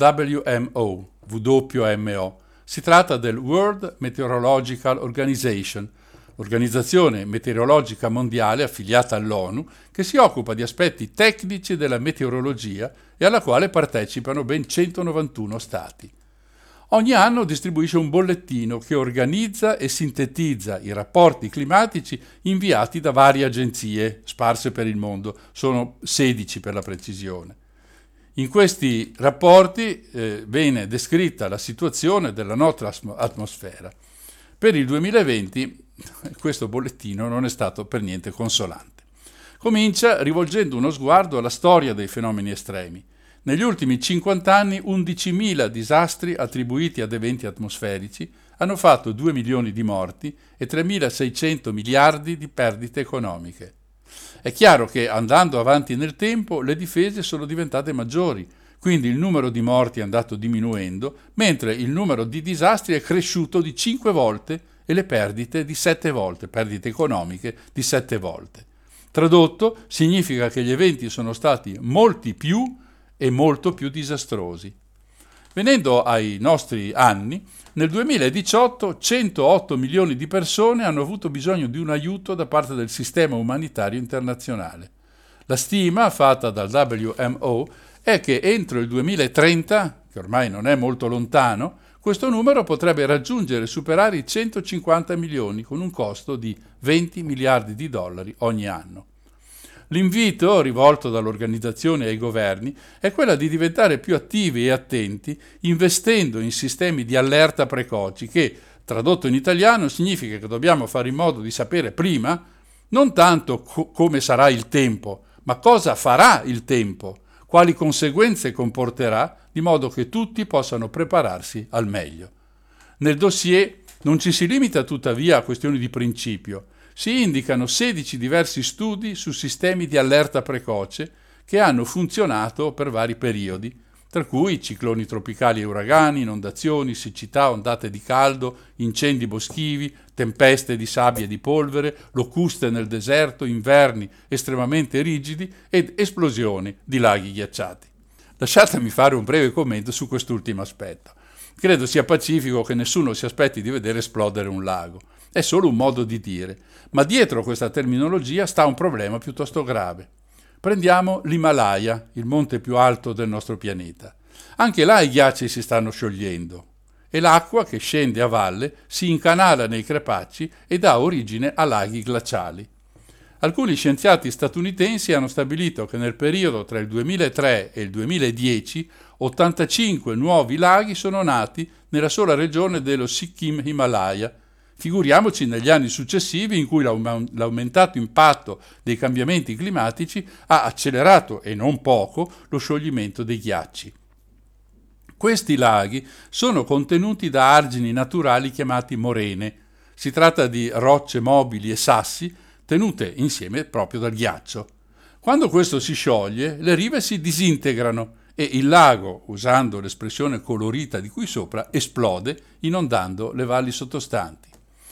C: WMO. Si tratta del World Meteorological Organization, organizzazione meteorologica mondiale affiliata all'ONU, che si occupa di aspetti tecnici della meteorologia e alla quale partecipano ben 191 stati. Ogni anno distribuisce un bollettino che organizza e sintetizza i rapporti climatici inviati da varie agenzie sparse per il mondo, sono 16 per la precisione. In questi rapporti viene descritta la situazione della nostra atmosfera. Per il 2020 questo bollettino non è stato per niente consolante. Comincia rivolgendo uno sguardo alla storia dei fenomeni estremi. Negli ultimi 50 anni 11.000 disastri attribuiti ad eventi atmosferici hanno fatto 2 milioni di morti e 3.600 miliardi di perdite economiche. È chiaro che andando avanti nel tempo le difese sono diventate maggiori, quindi il numero di morti è andato diminuendo, mentre il numero di disastri è cresciuto di 5 volte e le perdite di 7 volte, perdite economiche di 7 volte. Tradotto, significa che gli eventi sono stati molti più e molto più disastrosi. Venendo ai nostri anni, nel 2018 108 milioni di persone hanno avuto bisogno di un aiuto da parte del sistema umanitario internazionale. La stima fatta dal WMO è che entro il 2030, che ormai non è molto lontano, questo numero potrebbe raggiungere e superare i 150 milioni con un costo di 20 miliardi di dollari ogni anno. L'invito rivolto dall'organizzazione ai governi è quello di diventare più attivi e attenti, investendo in sistemi di allerta precoci che, tradotto in italiano, significa che dobbiamo fare in modo di sapere prima non tanto come sarà il tempo, ma cosa farà il tempo, quali conseguenze comporterà, di modo che tutti possano prepararsi al meglio. Nel dossier non ci si limita tuttavia a questioni di principio. Si indicano 16 diversi studi su sistemi di allerta precoce che hanno funzionato per vari periodi, tra cui cicloni tropicali e uragani, inondazioni, siccità, ondate di caldo, incendi boschivi, tempeste di sabbia e di polvere, locuste nel deserto, inverni estremamente rigidi ed esplosioni di laghi ghiacciati. Lasciatemi fare un breve commento su quest'ultimo aspetto. Credo sia pacifico che nessuno si aspetti di vedere esplodere un lago. È solo un modo di dire, ma dietro questa terminologia sta un problema piuttosto grave. Prendiamo l'Himalaya, il monte più alto del nostro pianeta. Anche là i ghiacci si stanno sciogliendo e l'acqua che scende a valle si incanala nei crepacci e dà origine a laghi glaciali. Alcuni scienziati statunitensi hanno stabilito che nel periodo tra il 2003 e il 2010 85 nuovi laghi sono nati nella sola regione dello Sikkim Himalaya. Figuriamoci negli anni successivi in cui l'aumentato impatto dei cambiamenti climatici ha accelerato, e non poco, lo scioglimento dei ghiacci. Questi laghi sono contenuti da argini naturali chiamati morene. Si tratta di rocce mobili e sassi tenute insieme proprio dal ghiaccio. Quando questo si scioglie, le rive si disintegrano e il lago, usando l'espressione colorita di qui sopra, esplode, inondando le valli sottostanti.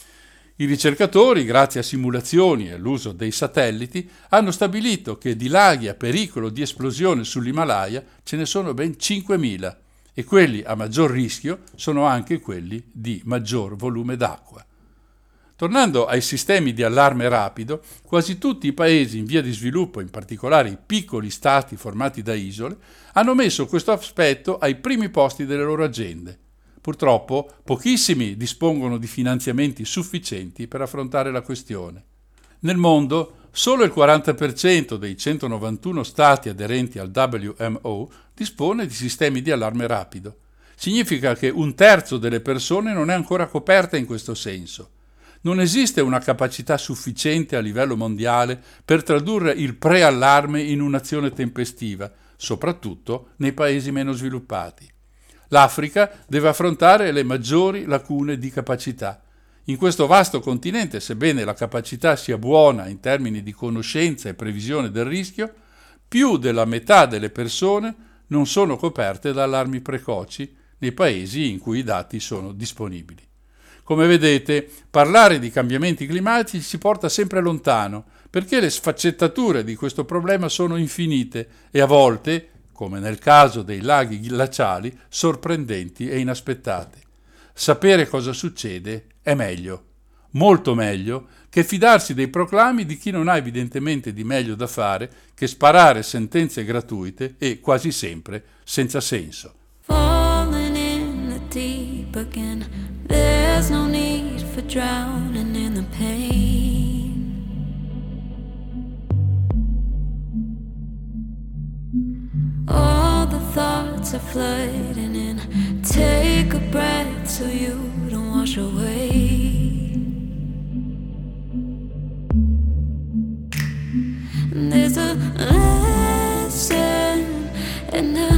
C: I ricercatori, grazie a simulazioni e all'uso dei satelliti, hanno stabilito che di laghi a pericolo di esplosione sull'Himalaya ce ne sono ben 5.000 e quelli a maggior rischio sono anche quelli di maggior volume d'acqua. Tornando ai sistemi di allarme rapido, quasi tutti i paesi in via di sviluppo, in particolare i piccoli stati formati da isole, hanno messo questo aspetto ai primi posti delle loro agende. Purtroppo pochissimi dispongono di finanziamenti sufficienti per affrontare la questione. Nel mondo solo il 40% dei 191 stati aderenti al WMO dispone di sistemi di allarme rapido. Significa che un terzo delle persone non è ancora coperta in questo senso. Non esiste una capacità sufficiente a livello mondiale per tradurre il preallarme in un'azione tempestiva, soprattutto nei paesi meno sviluppati. L'Africa deve affrontare le maggiori lacune di capacità. In questo vasto continente, sebbene la capacità sia buona in termini di conoscenza e previsione del rischio, più della metà delle persone non sono coperte da allarmi precoci nei paesi in cui i dati sono disponibili. Come vedete, parlare di cambiamenti climatici ci porta sempre lontano, perché le sfaccettature di questo problema sono infinite e a volte, come nel caso dei laghi glaciali, sorprendenti e inaspettate. Sapere cosa succede è meglio, molto meglio, che fidarsi dei proclami di chi non ha evidentemente di meglio da fare che sparare sentenze gratuite e quasi sempre senza senso.
F: Falling in the deep again, there's no need for drowning in the pain. All the thoughts are flooding in, take a breath so you don't wash away. There's a lesson and a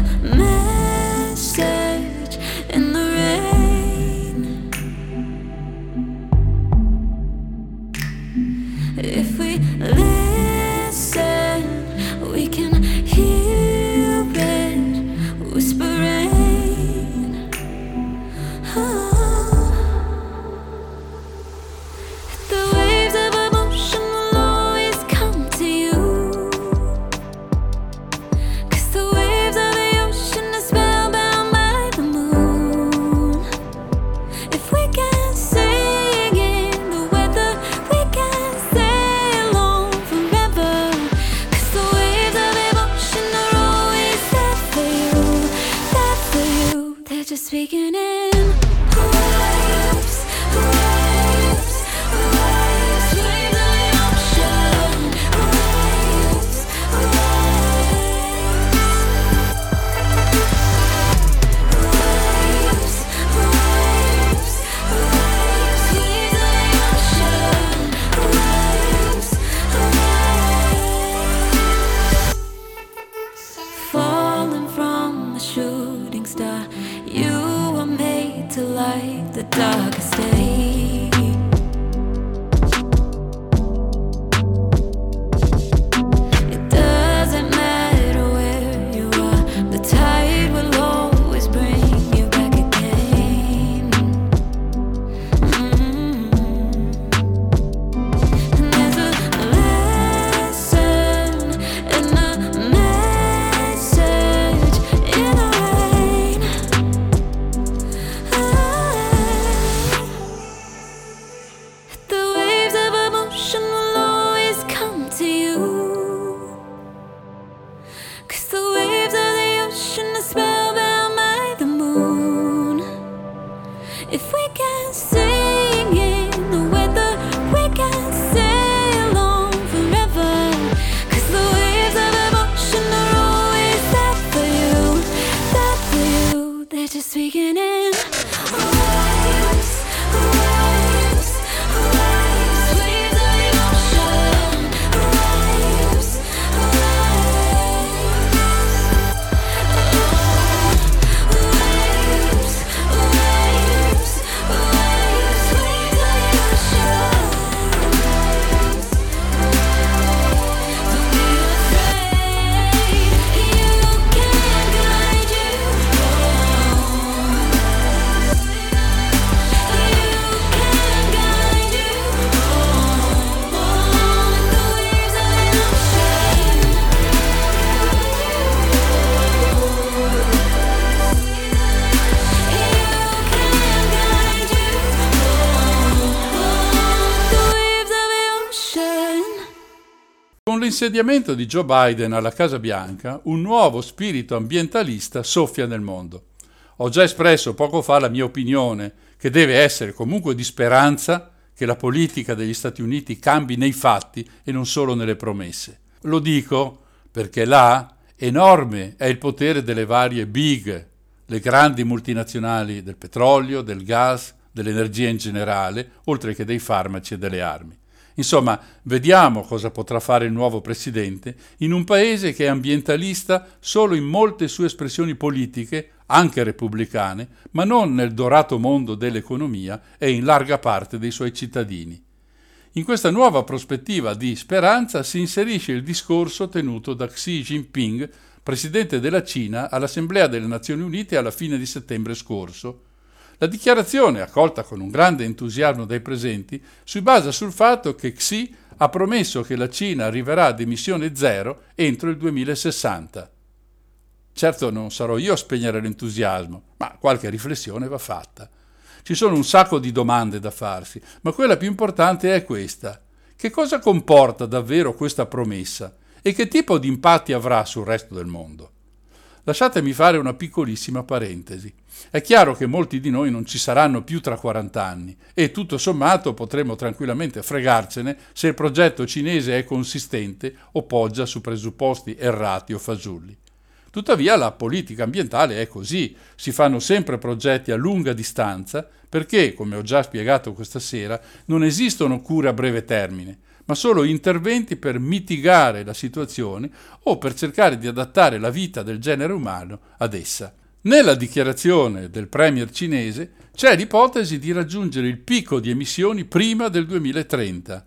F: message in the rain. If we listen, we can hear it whispering. The waves of emotion will always come to you, 'cause the waves of the ocean are spellbound by the moon. If we can sing in the weather, we can sail on forever, 'cause the waves of emotion are always there for you, there for you. They're just speaking in waves, waves, waves, waves of emotion, waves, waves, waves, waves, waves of emotion, waves, waves. Falling from a shooting star, you were made to light the darkest day. It doesn't matter where you are, the tide will always bring you back again. And there's a lesson and a message in the rain. The waves of emotion will always come to you, 'cause the waves of the ocean are spellbound by the moon. If we can sing in the weather, we can sail on forever, 'cause the waves of emotion are always there for you, there for you. They're just speaking in waves, waves, waves, waves of emotion, waves, waves, waves, waves, waves of emotion. Don't be afraid, you can guide you home. You can guide you home. The waves of emotion.
C: Con l'insediamento di Joe Biden alla Casa Bianca, un nuovo spirito ambientalista soffia nel mondo. Ho già espresso poco fa la mia opinione, che deve essere comunque di speranza che la politica degli Stati Uniti cambi nei fatti e non solo nelle promesse. Lo dico perché là enorme è il potere delle varie big, le grandi multinazionali del petrolio, del gas, dell'energia in generale, oltre che dei farmaci e delle armi. Insomma, vediamo cosa potrà fare il nuovo presidente in un paese che è ambientalista solo in molte sue espressioni politiche, anche repubblicane, ma non nel dorato mondo dell'economia e in larga parte dei suoi cittadini. In questa nuova prospettiva di speranza si inserisce il discorso tenuto da Xi Jinping, presidente della Cina, all'Assemblea delle Nazioni Unite alla fine di settembre scorso. La dichiarazione, accolta con un grande entusiasmo dai presenti, si basa sul fatto che Xi ha promesso che la Cina arriverà ad emissione zero entro il 2060. Certo non sarò io a spegnere l'entusiasmo, ma qualche riflessione va fatta. Ci sono un sacco di domande da farsi, ma quella più importante è questa. Che cosa comporta davvero questa promessa e che tipo di impatti avrà sul resto del mondo? Lasciatemi fare una piccolissima parentesi. È chiaro che molti di noi non ci saranno più tra 40 anni e tutto sommato potremo tranquillamente fregarcene se il progetto cinese è consistente o poggia su presupposti errati o fasulli. Tuttavia la politica ambientale è così, si fanno sempre progetti a lunga distanza perché, come ho già spiegato questa sera, non esistono cure a breve termine, ma solo interventi per mitigare la situazione o per cercare di adattare la vita del genere umano ad essa. Nella dichiarazione del premier cinese c'è l'ipotesi di raggiungere il picco di emissioni prima del 2030.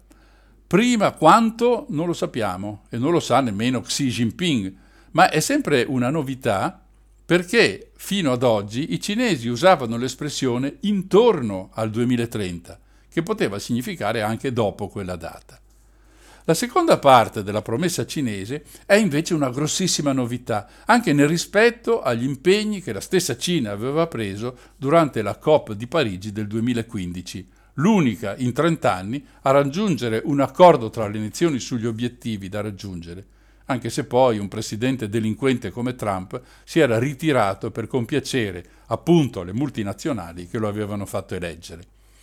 C: Prima quanto non lo sappiamo e non lo sa nemmeno Xi Jinping, ma è sempre una novità perché fino ad oggi i cinesi usavano l'espressione intorno al 2030, che poteva significare anche dopo quella data. La seconda parte della promessa cinese è invece una grossissima novità, anche nel rispetto agli impegni che la stessa Cina aveva preso durante la COP di Parigi del 2015, l'unica in 30 anni a raggiungere un accordo tra le nazioni sugli obiettivi da raggiungere, anche se poi un presidente delinquente come Trump si era ritirato per compiacere appunto le multinazionali che lo avevano fatto eleggere.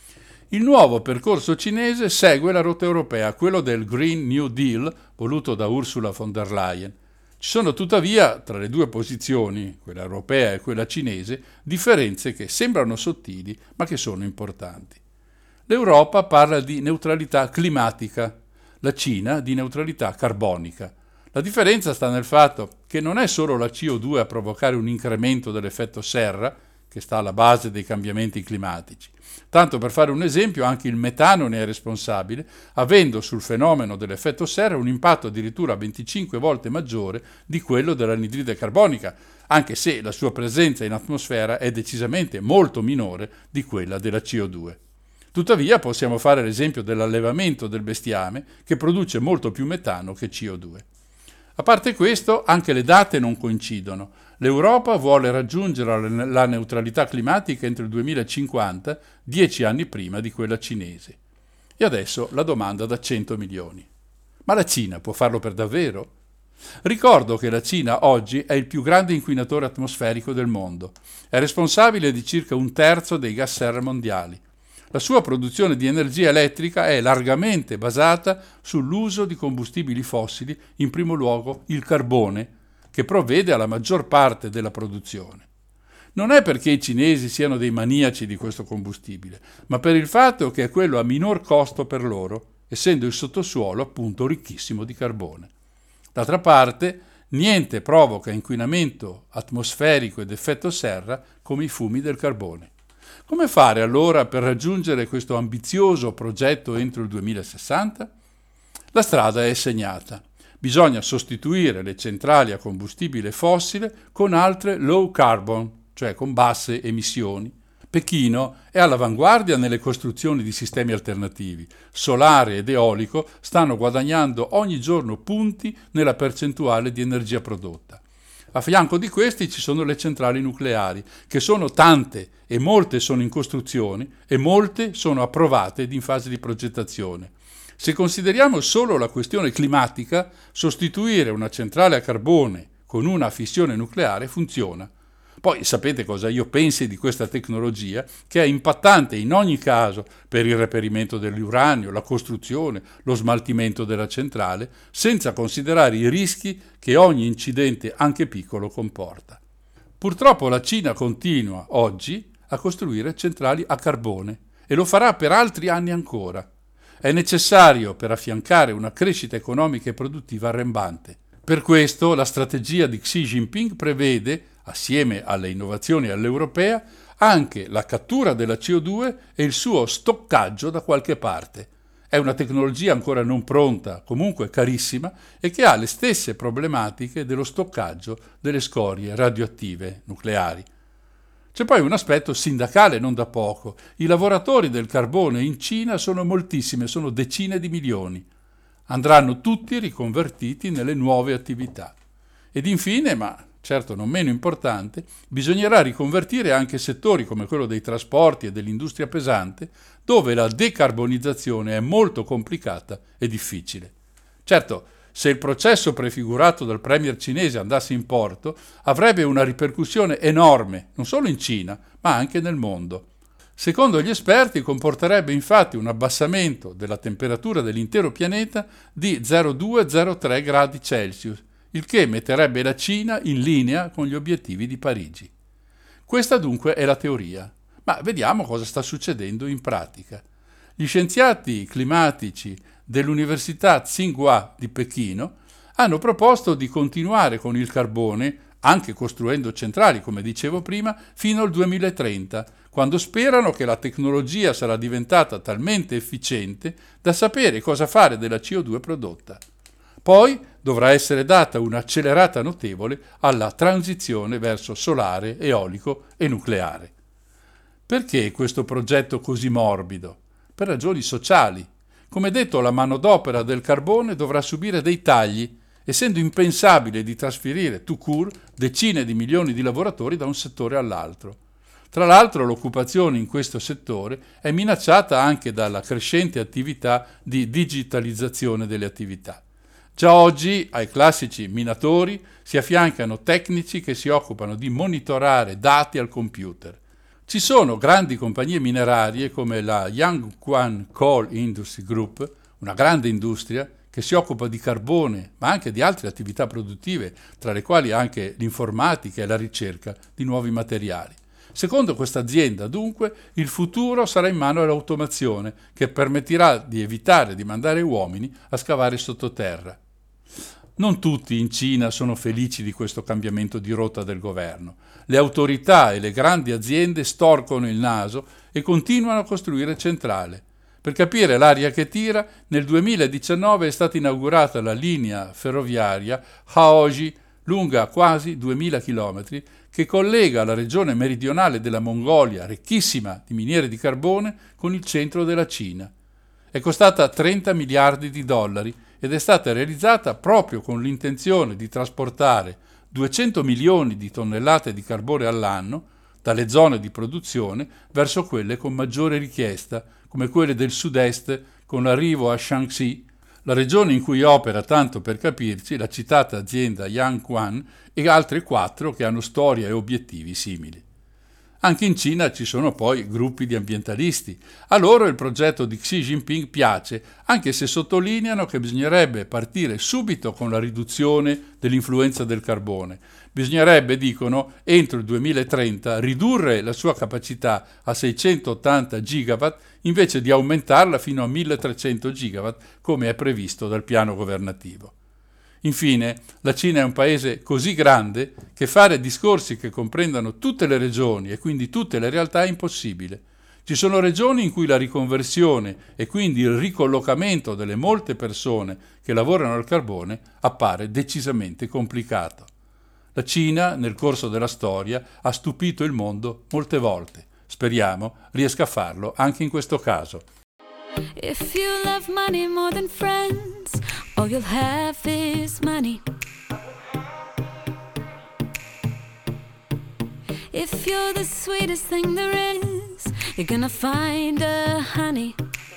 C: Il nuovo percorso cinese segue la rotta europea, quello del Green New Deal voluto da Ursula von der Leyen. Ci sono tuttavia, tra le due posizioni, quella europea e quella cinese, differenze che sembrano sottili ma che sono importanti. L'Europa parla di neutralità climatica, la Cina di neutralità carbonica. La differenza sta nel fatto che non è solo la CO2 a provocare un incremento dell'effetto serra, che sta alla base dei cambiamenti climatici. Tanto per fare un esempio, anche il metano ne è responsabile, avendo sul fenomeno dell'effetto serra un impatto addirittura 25 volte maggiore di quello dell'anidride carbonica, anche se la sua presenza in atmosfera è decisamente molto minore di quella della CO2. Tuttavia possiamo fare l'esempio dell'allevamento del bestiame, che produce molto più metano che CO2. A parte questo, anche le date non coincidono. L'Europa vuole raggiungere la neutralità climatica entro il 2050, 10 anni prima di quella cinese. E adesso la domanda da 100 milioni. Ma la Cina può farlo per davvero? Ricordo che la Cina oggi è il più grande inquinatore atmosferico del mondo. È responsabile di circa un terzo dei gas serra mondiali. La sua produzione di energia elettrica è largamente basata sull'uso di combustibili fossili, in primo luogo il carbone, che provvede alla maggior parte della produzione. Non è perché i cinesi siano dei maniaci di questo combustibile, ma per il fatto che è quello a minor costo per loro, essendo il sottosuolo appunto ricchissimo di carbone. D'altra parte, niente provoca inquinamento atmosferico ed effetto serra come i fumi del carbone. Come fare allora per raggiungere questo ambizioso progetto entro il 2060? La strada è segnata. Bisogna sostituire le centrali a combustibile fossile con altre low carbon, cioè con basse emissioni. Pechino è all'avanguardia nelle costruzioni di sistemi alternativi. Solare ed eolico stanno guadagnando ogni giorno punti nella percentuale di energia prodotta. A fianco di questi ci sono le centrali nucleari, che sono tante e molte sono in costruzione e molte sono approvate ed in fase di progettazione. Se consideriamo solo la questione climatica, sostituire una centrale a carbone con una a fissione nucleare funziona. Poi sapete cosa io pensi di questa tecnologia, che è impattante in ogni caso per il reperimento dell'uranio, la costruzione, lo smaltimento della centrale, senza considerare i rischi che ogni incidente, anche piccolo, comporta. Purtroppo la Cina continua oggi a costruire centrali a carbone e lo farà per altri anni ancora. È necessario per affiancare una crescita economica e produttiva arrembante. Per questo la strategia di Xi Jinping prevede, assieme alle innovazioni all'europea, anche la cattura della CO2 e il suo stoccaggio da qualche parte. È una tecnologia ancora non pronta, comunque carissima, e che ha le stesse problematiche dello stoccaggio delle scorie radioattive nucleari. C'è poi un aspetto sindacale non da poco. I lavoratori del carbone in Cina sono moltissimi, sono decine di milioni. Andranno tutti riconvertiti nelle nuove attività. Ed infine, ma certo non meno importante, bisognerà riconvertire anche settori come quello dei trasporti e dell'industria pesante, dove la decarbonizzazione è molto complicata e difficile. Certo, se il processo prefigurato dal premier cinese andasse in porto, avrebbe una ripercussione enorme, non solo in Cina, ma anche nel mondo. Secondo gli esperti comporterebbe infatti un abbassamento della temperatura dell'intero pianeta di 0,2-0,3 gradi Celsius, il che metterebbe la Cina in linea con gli obiettivi di Parigi. Questa dunque è la teoria, ma vediamo cosa sta succedendo in pratica. Gli scienziati climatici dell'Università Tsinghua di Pechino hanno proposto di continuare con il carbone, anche costruendo centrali, come dicevo prima, fino al 2030, quando sperano che la tecnologia sarà diventata talmente efficiente da sapere cosa fare della CO2 prodotta. Poi dovrà essere data un'accelerata notevole alla transizione verso solare, eolico e nucleare. Perché questo progetto così morbido? Per ragioni sociali. Come detto, la manodopera del carbone dovrà subire dei tagli, essendo impensabile di trasferire tout court decine di milioni di lavoratori da un settore all'altro. Tra l'altro l'occupazione in questo settore è minacciata anche dalla crescente attività di digitalizzazione delle attività. Già oggi ai classici minatori si affiancano tecnici che si occupano di monitorare dati al computer. Ci sono grandi compagnie minerarie come la Yangquan Coal Industry Group, una grande industria che si occupa di carbone, ma anche di altre attività produttive, tra le quali anche l'informatica e la ricerca di nuovi materiali. Secondo questa azienda, dunque, il futuro sarà in mano all'automazione, che permetterà di evitare di mandare uomini a scavare sottoterra. Non tutti in Cina sono felici di questo cambiamento di rotta del governo. Le autorità e le grandi aziende storcono il naso e continuano a costruire centrali. Per capire l'aria che tira, nel 2019 è stata inaugurata la linea ferroviaria Haoji, lunga quasi 2000 km, che collega la regione meridionale della Mongolia, ricchissima di miniere di carbone, con il centro della Cina. È costata 30 miliardi di dollari ed è stata realizzata proprio con l'intenzione di trasportare 200 milioni di tonnellate di carbone all'anno dalle zone di produzione verso quelle con maggiore richiesta, come quelle del sud-est con l'arrivo a Shaanxi, la regione in cui opera, tanto per capirci, la citata azienda Yangquan e altre 4 che hanno storia e obiettivi simili. Anche in Cina ci sono poi gruppi di ambientalisti. A loro il progetto di Xi Jinping piace, anche se sottolineano che bisognerebbe partire subito con la riduzione dell'influenza del carbone. Bisognerebbe, dicono, entro il 2030 ridurre la sua capacità a 680 gigawatt invece di aumentarla fino a 1300 gigawatt come è previsto dal piano governativo. Infine, la Cina è un paese così grande che fare discorsi che comprendano tutte le regioni e quindi tutte le realtà è impossibile. Ci sono regioni in cui la riconversione e quindi il ricollocamento delle molte persone che lavorano al carbone appare decisamente complicato. La Cina, nel corso della storia, ha stupito il mondo molte volte. Speriamo riesca a farlo anche in questo caso.
F: If you love money more than friends, all you'll have is money. If you're the sweetest thing there is, you're gonna find a honey.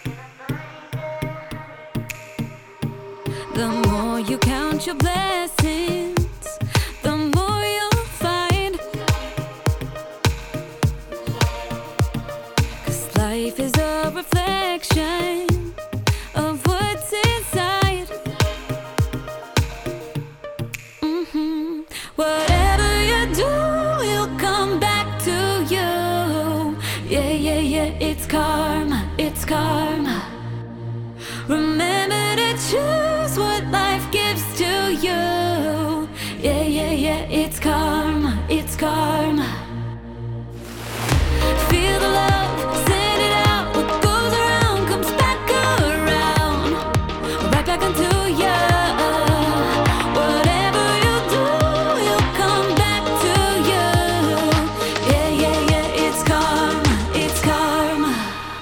F: The more you count your blessings, the more you'll find. Life is a reflection of what's inside. Whatever you do, it'll come back to you. Yeah, yeah, yeah, it's karma, it's karma. Remember to choose what life gives to you. Yeah, yeah, yeah, it's karma, it's karma. Feel the love, send it out. What goes around comes back around, right back into you. Whatever you do, you'll come back to you. Yeah, yeah, yeah, it's karma, it's karma.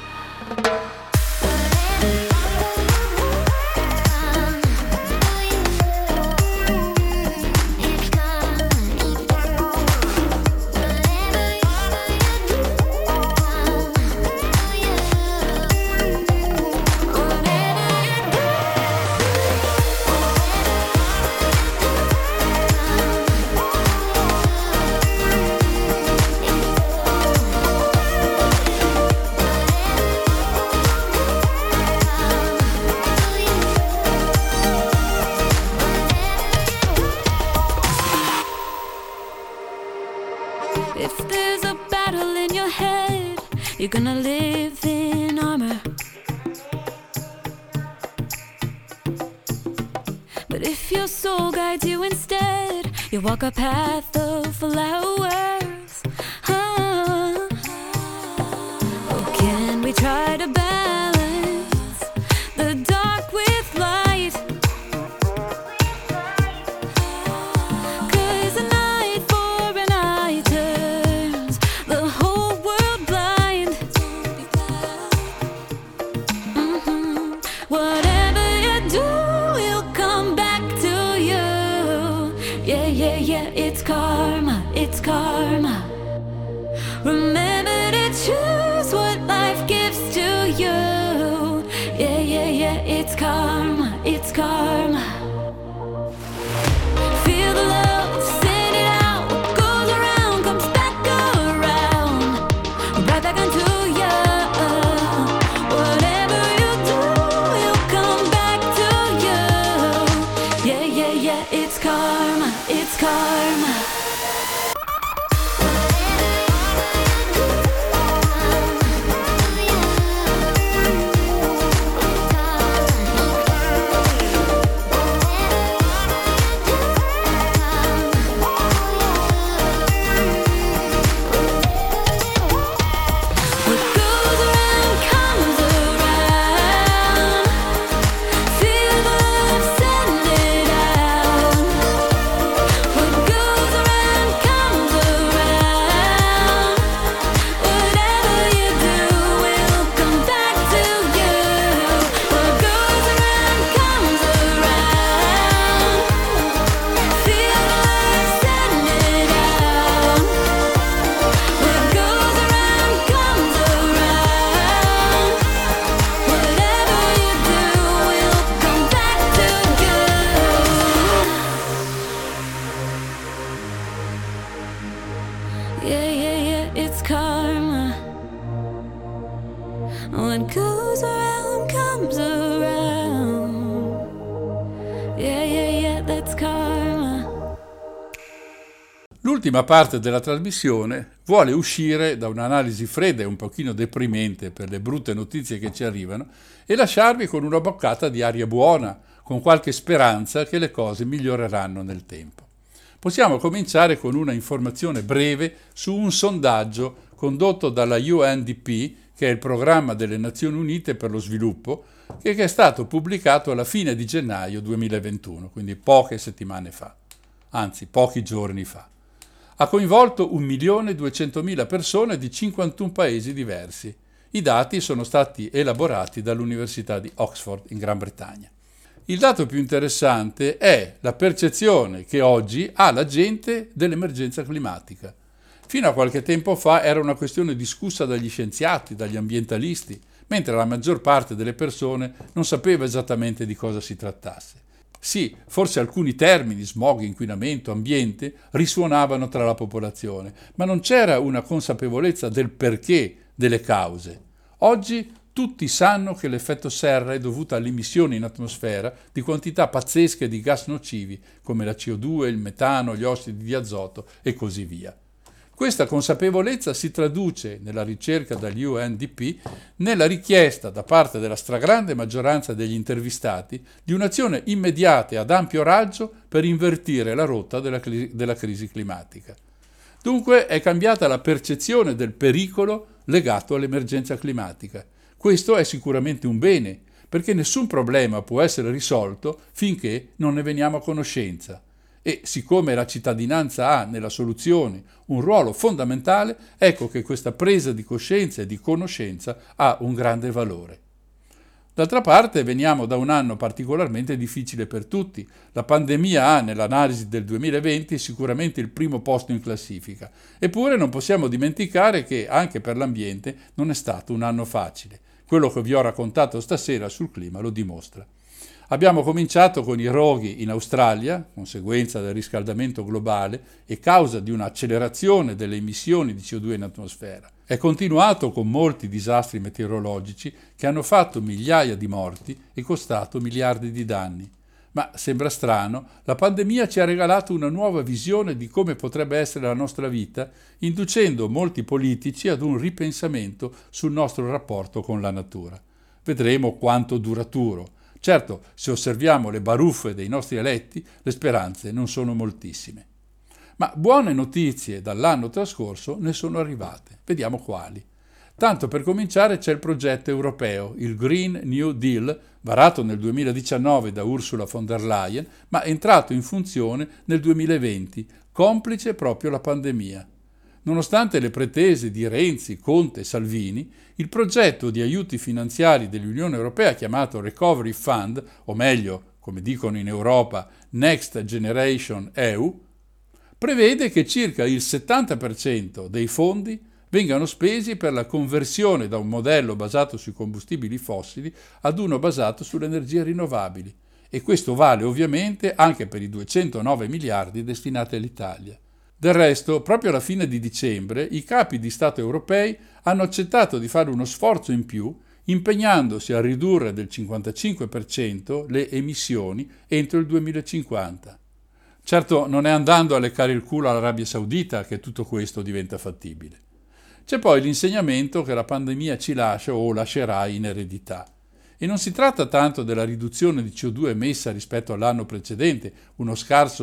F: If there's a battle in your head, you're gonna live in armor. But if your soul guides you instead, you walk a path of flowers. Oh, can we try to balance the dark with light? 'Cause a night for an eye turns the whole world blind. Whatever you do, it'll come back to you. Yeah, yeah, yeah, it's karma, it's karma. Remember to choose what life gives to you. Yeah, yeah, yeah, it's karma, it's karma. Feel the love, send it out. What goes around comes back around, right back into you. Whatever you do, you'll come back to you. Yeah, yeah, yeah, it's karma, it's karma. What goes around comes around. Feel the love, send it out. What goes around comes around. Whatever you do, will come back to you. What goes around comes around. Feel the love, send it out. What goes around comes around. Whatever you do, will come back to you. Yeah, yeah, yeah, it's karma. What goes around comes around. Yeah, yeah, yeah, that's karma.
C: L'ultima parte della trasmissione vuole uscire da un'analisi fredda e un pochino deprimente per le brutte notizie che ci arrivano e lasciarvi con una boccata di aria buona, con qualche speranza che le cose miglioreranno nel tempo. Possiamo cominciare con una informazione breve su un sondaggio condotto dalla UNDP, che è il programma delle Nazioni Unite per lo sviluppo, che è stato pubblicato alla fine di gennaio 2021, quindi poche settimane fa, anzi pochi giorni fa. Ha coinvolto 1.200.000 persone di 51 paesi diversi. I dati sono stati elaborati dall'Università di Oxford in Gran Bretagna. Il dato più interessante è la percezione che oggi ha la gente dell'emergenza climatica. Fino a qualche tempo fa era una questione discussa dagli scienziati, dagli ambientalisti, mentre la maggior parte delle persone non sapeva esattamente di cosa si trattasse. Sì, forse alcuni termini, smog, inquinamento, ambiente, risuonavano tra la popolazione, ma non c'era una consapevolezza del perché delle cause. Oggi tutti sanno che l'effetto serra è dovuto all'emissione in atmosfera di quantità pazzesche di gas nocivi come la CO2, il metano, gli ossidi di azoto e così via. Questa consapevolezza si traduce nella ricerca dagli UNDP nella richiesta da parte della stragrande maggioranza degli intervistati di un'azione immediata e ad ampio raggio per invertire la rotta della crisi climatica. Dunque è cambiata la percezione del pericolo legato all'emergenza climatica. Questo è sicuramente un bene, perché nessun problema può essere risolto finché non ne veniamo a conoscenza. E siccome la cittadinanza ha nella soluzione un ruolo fondamentale, ecco che questa presa di coscienza e di conoscenza ha un grande valore. D'altra parte veniamo da un anno particolarmente difficile per tutti. La pandemia ha nell'analisi del 2020 sicuramente il primo posto in classifica. Eppure non possiamo dimenticare che anche per l'ambiente non è stato un anno facile. Quello che vi ho raccontato stasera sul clima lo dimostra. Abbiamo cominciato con i roghi in Australia, conseguenza del riscaldamento globale e causa di un'accelerazione delle emissioni di CO2 in atmosfera. È continuato con molti disastri meteorologici che hanno fatto migliaia di morti e costato miliardi di danni. Ma sembra strano, la pandemia ci ha regalato una nuova visione di come potrebbe essere la nostra vita, inducendo molti politici ad un ripensamento sul nostro rapporto con la natura. Vedremo quanto duraturo. Certo, se osserviamo le baruffe dei nostri eletti, le speranze non sono moltissime. Ma buone notizie dall'anno trascorso ne sono arrivate. Vediamo quali. Tanto per cominciare c'è il progetto europeo, il Green New Deal, varato nel 2019 da Ursula von der Leyen, ma entrato in funzione nel 2020, complice proprio la pandemia. Nonostante le pretese di Renzi, Conte e Salvini, il progetto di aiuti finanziari dell'Unione Europea chiamato Recovery Fund, o meglio, come dicono in Europa, Next Generation EU, prevede che circa il 70% dei fondi vengano spesi per la conversione da un modello basato sui combustibili fossili ad uno basato sulle energie rinnovabili. E questo vale ovviamente anche per i 209 miliardi destinati all'Italia. Del resto, proprio alla fine di dicembre, i capi di Stato europei hanno accettato di fare uno sforzo in più, impegnandosi a ridurre del 55% le emissioni entro il 2050. Certo, non è andando a leccare il culo all'Arabia Saudita che tutto questo diventa fattibile. C'è poi l'insegnamento che la pandemia ci lascia o lascerà in eredità. E non si tratta tanto della riduzione di CO2 emessa rispetto all'anno precedente, uno scarso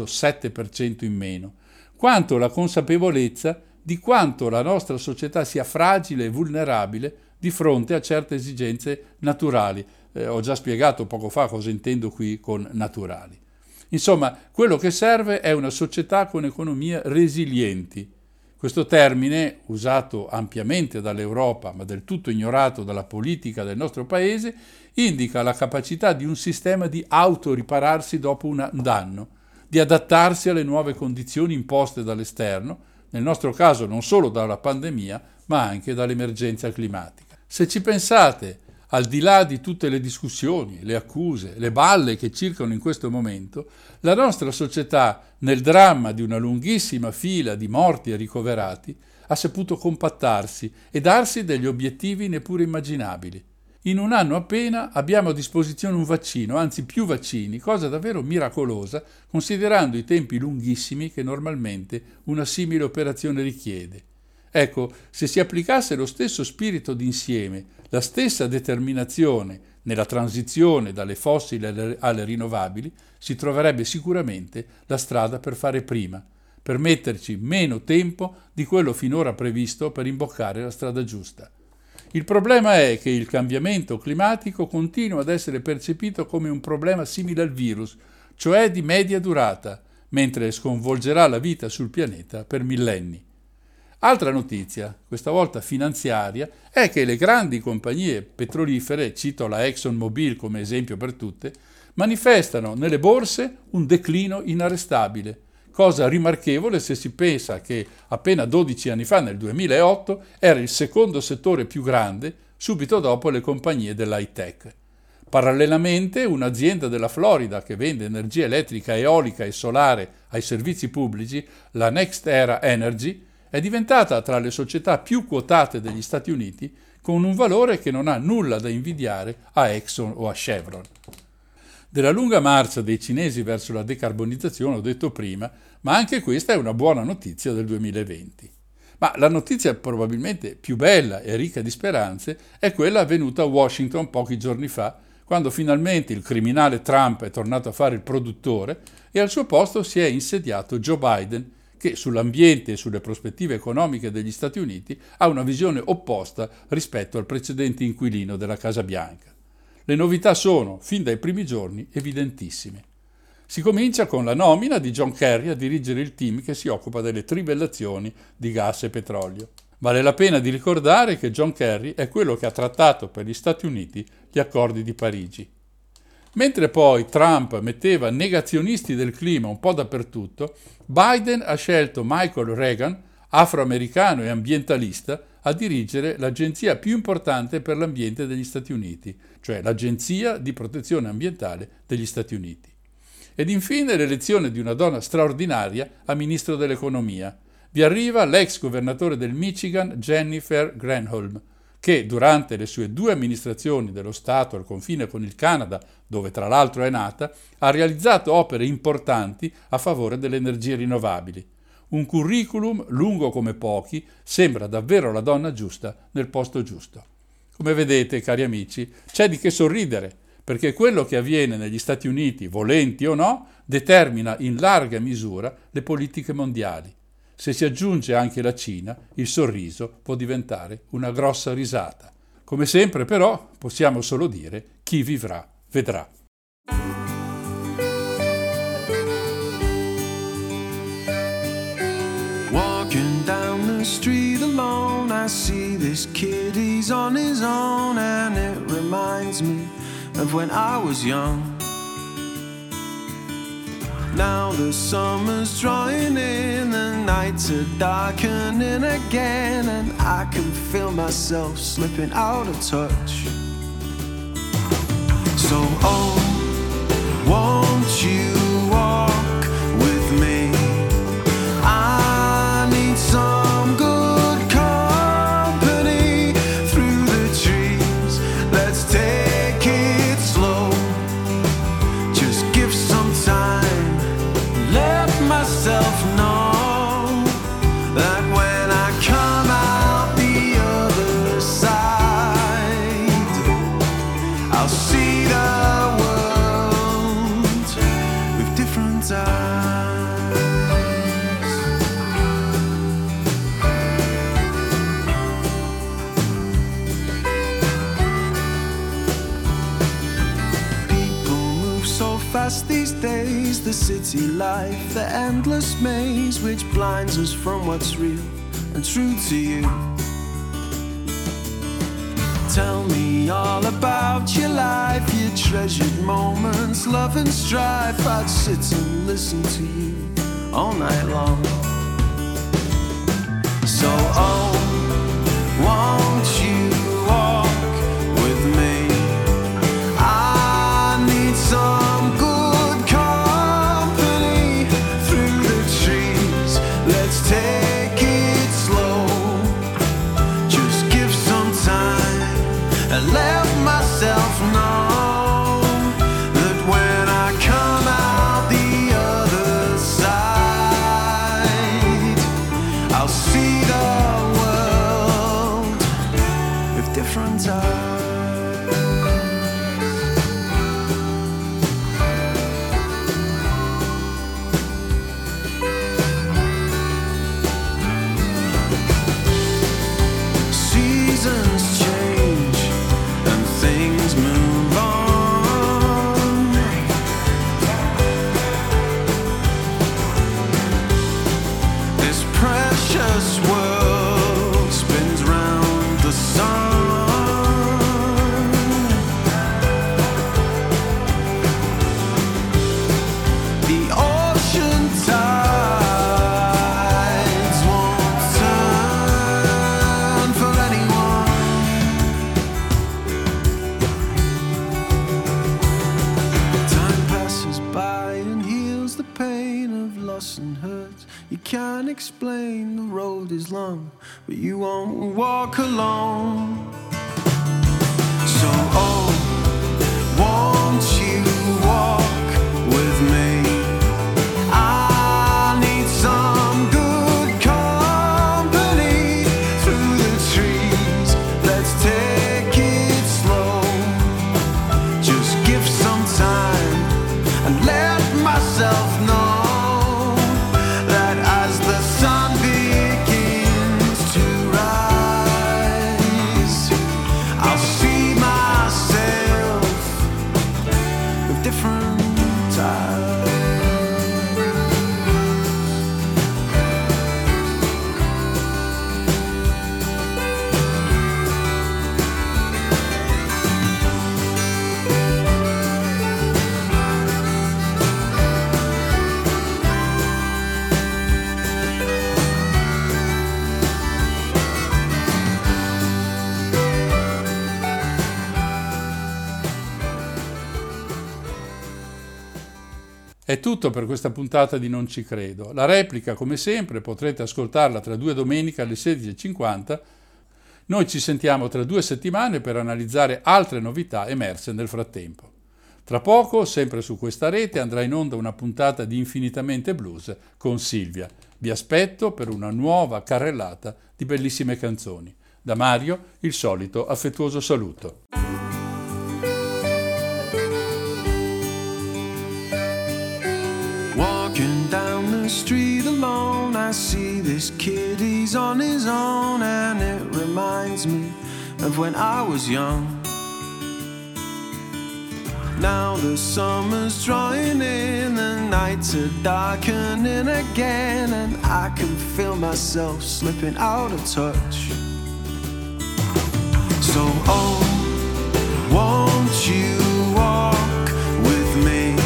C: 7% in meno, quanto la consapevolezza di quanto la nostra società sia fragile e vulnerabile di fronte a certe esigenze naturali. Ho già spiegato poco fa cosa intendo qui con naturali. Insomma, quello che serve è una società con economie resilienti. Questo termine, usato ampiamente dall'Europa ma del tutto ignorato dalla politica del nostro paese, indica la capacità di un sistema di autoripararsi dopo un danno, di adattarsi alle nuove condizioni imposte dall'esterno, nel nostro caso non solo dalla pandemia, ma anche dall'emergenza climatica. Se ci pensate, al di là di tutte le discussioni, le accuse, le balle che circolano in questo momento, la nostra società, nel dramma di una lunghissima fila di morti e ricoverati, ha saputo compattarsi e darsi degli obiettivi neppure immaginabili. In un anno appena abbiamo a disposizione un vaccino, anzi più vaccini, cosa davvero miracolosa, considerando i tempi lunghissimi che normalmente una simile operazione richiede. Ecco, se si applicasse lo stesso spirito d'insieme, la stessa determinazione nella transizione dalle fossili alle rinnovabili, si troverebbe sicuramente la strada per fare prima, per metterci meno tempo di quello finora previsto per imboccare la strada giusta. Il problema è che il cambiamento climatico continua ad essere percepito come un problema simile al virus, cioè di media durata, mentre sconvolgerà la vita sul pianeta per millenni. Altra notizia, questa volta finanziaria, è che le grandi compagnie petrolifere, cito la ExxonMobil come esempio per tutte, manifestano nelle borse un declino inarrestabile, cosa rimarchevole se si pensa che appena 12 anni fa, nel 2008, era il secondo settore più grande, subito dopo le compagnie dell'high tech. Parallelamente, un'azienda della Florida che vende energia elettrica, eolica e solare ai servizi pubblici, la NextEra Energy, è diventata tra le società più quotate degli Stati Uniti, con un valore che non ha nulla da invidiare a Exxon o a Chevron. Della lunga marcia dei cinesi verso la decarbonizzazione ho detto prima, ma anche questa è una buona notizia del 2020. Ma la notizia probabilmente più bella e ricca di speranze è quella avvenuta a Washington pochi giorni fa, quando finalmente il criminale Trump è tornato a fare il produttore e al suo posto si è insediato Joe Biden, che sull'ambiente e sulle prospettive economiche degli Stati Uniti ha una visione opposta rispetto al precedente inquilino della Casa Bianca. Le novità sono, fin dai primi giorni, evidentissime. Si comincia con la nomina di John Kerry a dirigere il team che si occupa delle trivellazioni di gas e petrolio. Vale la pena di ricordare che John Kerry è quello che ha trattato per gli Stati Uniti gli accordi di Parigi. Mentre poi Trump metteva negazionisti del clima un po' dappertutto, Biden ha scelto Michael Regan, afroamericano e ambientalista, a dirigere l'agenzia più importante per l'ambiente degli Stati Uniti, cioè l'Agenzia di Protezione Ambientale degli Stati Uniti. Ed infine l'elezione di una donna straordinaria a ministro dell'economia. Vi arriva l'ex governatore del Michigan Jennifer Granholm, che durante le sue 2 amministrazioni dello Stato al confine con il Canada, dove tra l'altro è nata, ha realizzato opere importanti a favore delle energie rinnovabili. Un curriculum lungo come pochi, sembra davvero la donna giusta nel posto giusto. Come vedete, cari amici, c'è di che sorridere, perché quello che avviene negli Stati Uniti, volenti o no, determina in larga misura le politiche mondiali. Se si aggiunge anche la Cina, il sorriso può diventare una grossa risata. Come sempre, però, possiamo solo dire: chi vivrà, vedrà.
E: Walking down the street alone, I see this kid, he's on his own, and it reminds me of when I was young. Now the summer's drawing in, the nights are darkening again, and I can feel myself slipping out of touch. So oh, won't you walk with me? I need some good company through the trees. Let's take it slow. Just give some time. Let myself know that when I come out the other side, I'll see the world with different eyes. People move so fast these days, the city life, the endless maze which blinds us from what's real and true to you. Tell me all about your life, your treasured moments, love and strife. I'd sit and listen to you all night long. So oh, won't you walk with me? I need some good company through the trees. Let's take it slow. Just give some time and let myself know that when I come out the other side, I'll see the world with different eyes. Seasons change and things move on. This precious world spins round the sun. but you won't walk alone. So oh, won't you walk with me? I need some good company through the trees. Let's take it slow. Just give some time and let myself know that as the sun begins to rise, I'll see myself with different eyes.
C: È tutto per questa puntata di Non ci credo. La replica, come sempre, potrete ascoltarla tra 2 domeniche alle 16:50. Noi ci sentiamo tra 2 settimane per analizzare altre novità emerse nel frattempo. Tra poco, sempre su questa rete, andrà in onda una puntata di Infinitamente Blues con Silvia. Vi aspetto per una nuova carrellata di bellissime canzoni. Da Mario, il solito affettuoso saluto.
E: Walking down the street alone, I see this kid, he's on his own, and it reminds me of when I was young. Now the summer's drawing in, the nights are darkening again, and I can feel myself slipping out of touch. So oh, won't you walk with me?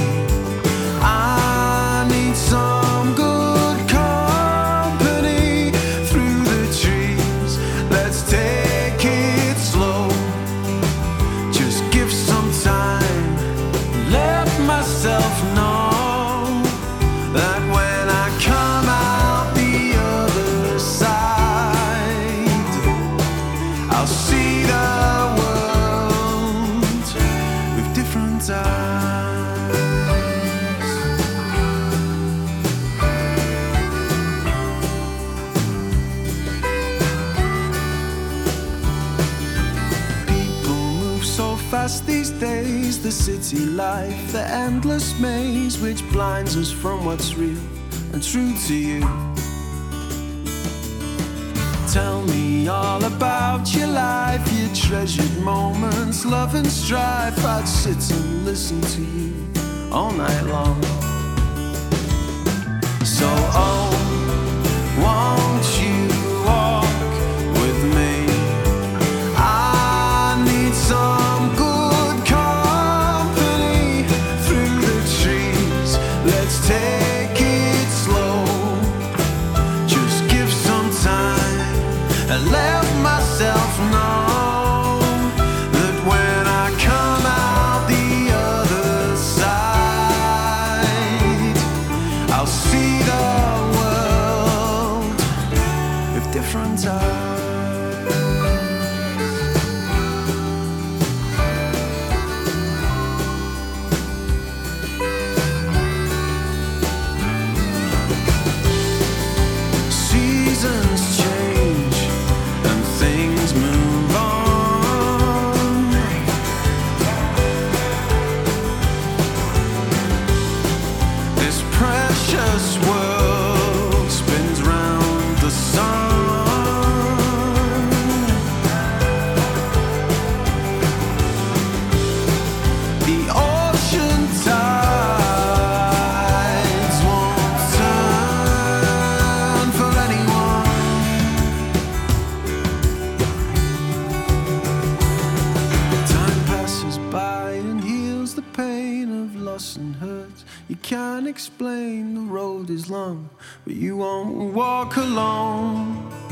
E: I need some good company through the trees. Let's take it slow. Just give some time. Let myself know that when I come out the other side, I'll see the world with different eyes. Fast these days, the city life, the endless maze which blinds us from what's real and true to you. Tell me all about your life, your treasured moments, love and strife. I'd sit and listen to you all night long. So oh, won't you walk with me? I need some good company through the trees. Let's take it slow. Just give some time and let myself know that when I come out the other side, I'll see the world with different eyes. Seasons change and things move on. This precious world spins round the sun. The ocean tides won't turn for anyone. Time passes by and heals the pain of loss and hurt. You can't explain, the road is long, but you won't walk alone.